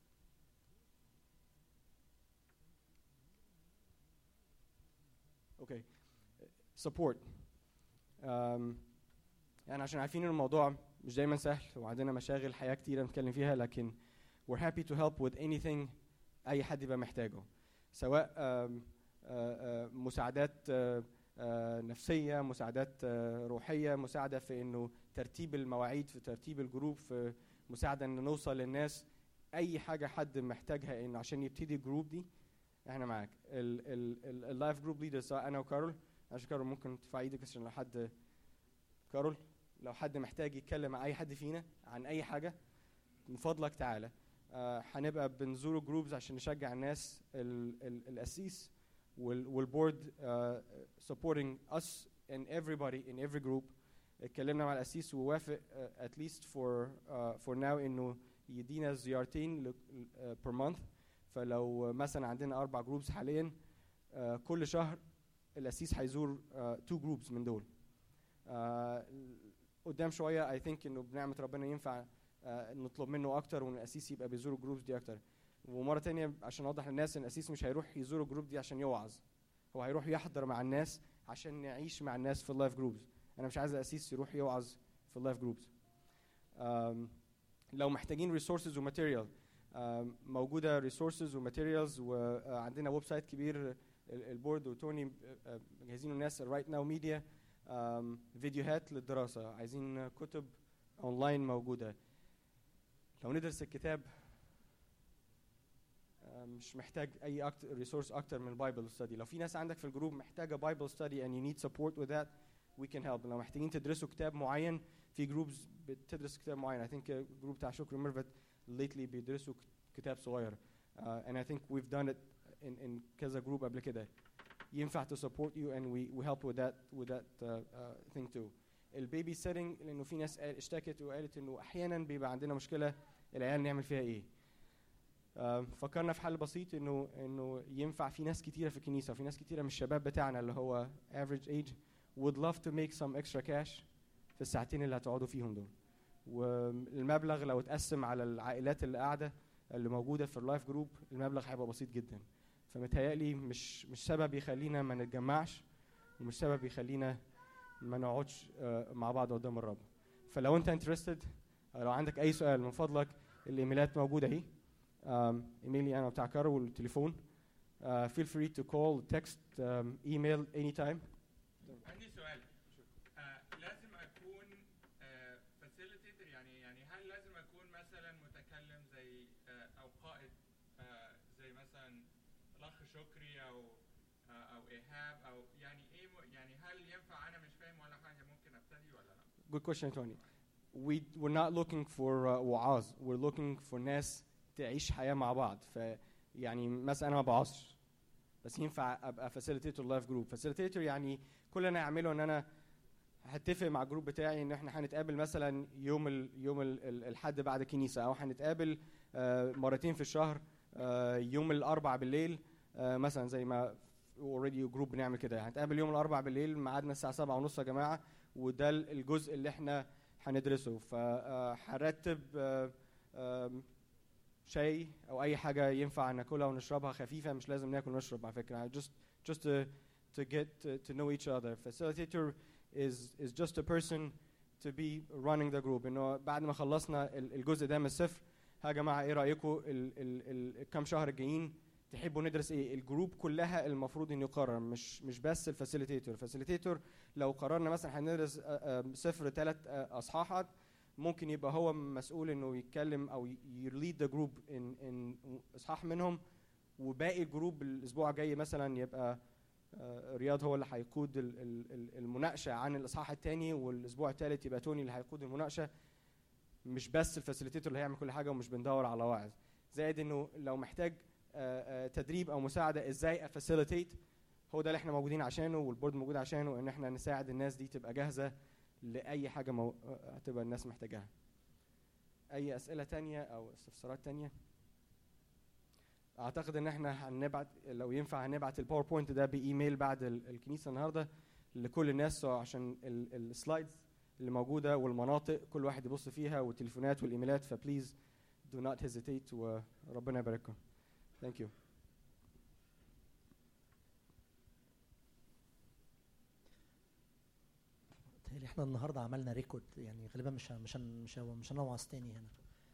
Okay, support. Um, يعني عشان عارفين ان الموضوع مش دايما سهل، وعندنا مشاغل حياة كتيرة نتكلم فيها، لكن we're happy to help with anything أي حد يبقى محتاجه، سواء um, uh, uh, مساعدات uh, uh, نفسية، مساعدات uh, روحية، مساعدة في إنه ترتيب المواعيد، في ترتيب الجروب، في مساعدة إن نوصل للناس اي حاجه حد محتاجها ان عشان يبتدي الجروب دي احنا معاك. اللايف جروب ليدر سواء انا وكارول، عشان كارول ممكن ترفع ايدك عشان لو حد كارول لو حد محتاج يتكلم مع اي حد فينا عن اي حاجه من فضلك تعالى. آه هنبقى بنزور جروبز عشان نشجع الناس. الاسيس والبورد supporting us and everybody in every group. اتكلمنا مع الاسيس ووافق uh, at least for uh, for now انه يدينا زيارتين uh, per month. فلو مثلا عندنا اربع جروبز حاليا uh, كل شهر الاسيس هيزور uh, two groups من دول. uh, قدام شويه I think انه بنعمه ربنا ينفع uh, نطلب منه اكتر وان الاسيس يبقى بيزور الجروبز دي اكتر. ومره تانية عشان اوضح للناس ان الاسيس مش هيروح يزور الجروب دي عشان يوعظ، هو هيروح يحضر مع الناس عشان نعيش مع الناس في اللايف جروبز. انا مش عايز الاسيس يروح يوعظ في اللايف جروبز. لو محتاجين ريسورسز وماتيريال موجوده ريسورسز وماتيريالز، وعندنا ويب سايت كبير البورد وتوني مجهزينه الناس رايت ناو ميديا، فيديوهات للدراسه، عايزين كتب اونلاين موجوده. لو ندرس الكتاب مش محتاج اي اكتر ريسورس اكتر من البايبل ستادي. لو في ناس عندك في الجروب محتاجه بايبل ستادي and you need support with that we can help. لو محتاجين تدرسوا كتاب معين في جروبز بتدرس كتاب معين. I think الجروب بتاع شكر ميرفت lately بيدرسوا كتاب صغير uh, and I think we've done it in in كذا جروب قبل كده. ينفع to support you and we we help with that with that uh, uh, thing too. البيبي سيتنج لانه في ناس اشتكت وقالت انه احيانا بيبقى عندنا مشكله العيال نعمل فيها ايه. Uh, فكرنا في حل بسيط انه انه ينفع في ناس كتيره في الكنيسه وفي ناس كتيره من الشباب بتاعنا اللي هو average age would love to make some extra cash في الساعتين اللي هتقعدوا فيهم دول. والمبلغ لو اتقسم على العائلات اللي قاعده اللي موجوده في اللايف جروب المبلغ هيبقى بسيط جدا. فمتهيألي مش مش سبب يخلينا ما نتجمعش ومش سبب يخلينا ما نقعدش uh, مع بعض قدام الرب. فلو انت interested لو عندك اي سؤال من فضلك الايميلات موجوده اهي. Um, ايميلي انا بتاع كارو والتليفون. uh, feel free to call text um, email anytime. عندي سؤال. آه لازم اكون آه facilitator يعني يعني هل لازم اكون مثلا متكلم زي آه او قائد آه زي مثلا الاخ شكري او آه او ايهاب او يعني ايه يعني هل ينفع انا مش فاهم ولا حاجه ممكن ابتدي ولا لا؟ Good question Tony. We we're not looking for uh, وعاظ. We're looking for ناس تعيش حياه مع بعض. فيعني مثلا انا ما بعصش بس ينفع ابقى فاسيليتيتور لايف جروب. فاسيليتيتور يعني كل اللي انا اعمله ان انا هتفق مع الجروب بتاعي ان احنا هنتقابل مثلا يوم ال يوم ال الحد بعد الكنيسه او هنتقابل آه مرتين في الشهر آه يوم الاربع بالليل آه مثلا زي ما اوريدي جروب بنعمل كده. هنتقابل يوم الاربع بالليل ميعادنا الساعه سبعة ونص يا جماعه وده الجزء اللي احنا هندرسه. فهرتب آه آه شاي او اي حاجه ينفع ناكلها ونشربها خفيفه. مش لازم ناكل ونشرب على فكره. just just to to get to, to know each other. Facilitator is is just a person to be running the group. انه بعد ما خلصنا الجزء ده من الصفر يا جماعه ايه رايكم الكام شهر الجايين تحبوا ندرس ايه؟ الجروب كلها المفروض انه يقرر مش مش بس الفاسيليتيتور. الفاسيليتيتور لو قررنا مثلا هندرس صفر ثلاث اصحاحات ممكن يبقى هو مسؤول انه يتكلم او يليد ذا جروب ان ان اصحاح منهم وباقي الجروب الاسبوع الجاي مثلا يبقى رياض هو اللي هيقود المناقشه عن الاصحاح الثاني والاسبوع الثالث يبقى توني اللي هيقود المناقشه. مش بس الفاسيليتيتور اللي هيعمل كل حاجه ومش بندور على واعظ. زائد انه لو محتاج تدريب او مساعده ازاي افاسيليتيت هو ده اللي احنا موجودين عشانه والبورد موجود عشانه ان احنا نساعد الناس دي تبقى جاهزه لاي حاجه مو... هتبقى الناس محتاجاها. اي اسئله تانية او استفسارات تانية؟ اعتقد ان احنا هنبعت لو ينفع هنبعت الباوربوينت ده بايميل بعد الكنيسه النهارده لكل الناس عشان السلايدز اللي موجوده والمناطق كل واحد يبص فيها والتليفونات والايميلات. فبليز do not hesitate وربنا يبارككم. Thank you. تهيألي احنا النهارده عملنا ريكورد يعني غالبا مش مش مش مش هنوعظ تاني هنا.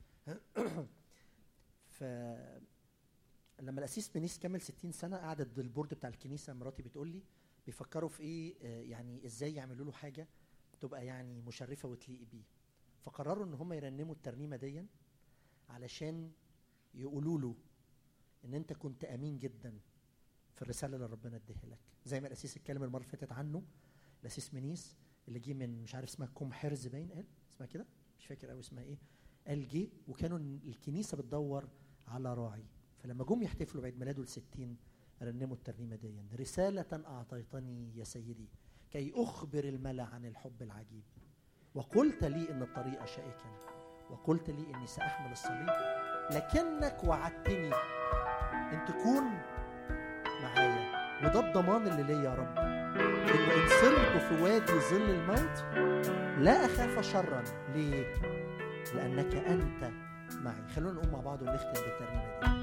ف لما الاسيس بنيس كمل ستين سنه قعدت البورد بتاع الكنيسه مراتي بتقول لي بيفكروا في ايه يعني ازاي يعملوا له حاجه تبقى يعني مشرفه وتليق بيه. فقرروا ان هم يرنموا الترنيمه دي علشان يقولوا له ان انت كنت امين جدا في الرساله اللي ربنا اديها لك. زي ما الاسيس اتكلم المره اللي فاتت عنه، الاسيس منيس اللي جه من مش عارف اسمها كوم حرز باين، قال اسمها كده مش فاكر قوي اسمها ايه، قال جه وكانوا الكنيسه بتدور على راعي، فلما جم يحتفلوا بعيد ميلاده الستين رنموا الترنيمه دي: رساله اعطيتني يا سيدي كي اخبر الملا عن الحب العجيب، وقلت لي ان الطريق شائكا، وقلت لي اني ساحمل الصليب، لكنك وعدتني ان تكون معايا، وده الضمان اللي ليا يا رب، انه ان صرت في وادي ظل الموت لا اخاف شرا. ليه؟ لانك انت معي. خلونا نقوم مع بعض ونختم بالترنيمه دي.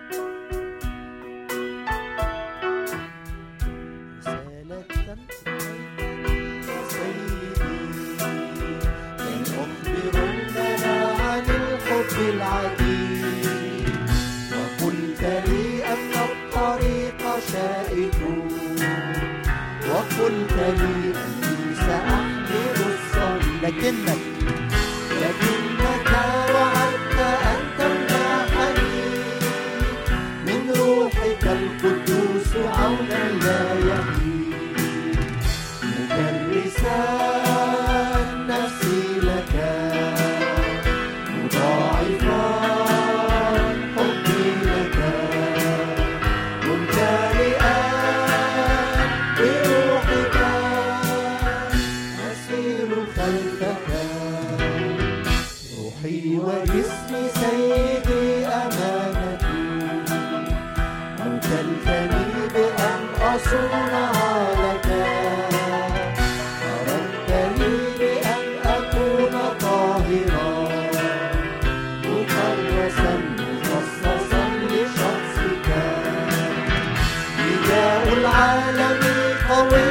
رسالة سيدي كي أخبر الملا عن الحب العجيب، وقلت لي أن الطريق شائك، وقلت لي أني سأحمل الصليب، لكنك لكنك وعدت أن تمنحني من روحك القدوس عونا لا يهيب، مكرسا نفسي لك، مضاعفا حبي لك، ممتلئا بروحك أسير خلفك، روحي وجسمي سيدي أمانتي، أوكلتني بأن أصونها لك، أردتني بأن أكون طاهرا مكرسا مخصصا لشخصك، نداء العالم قوي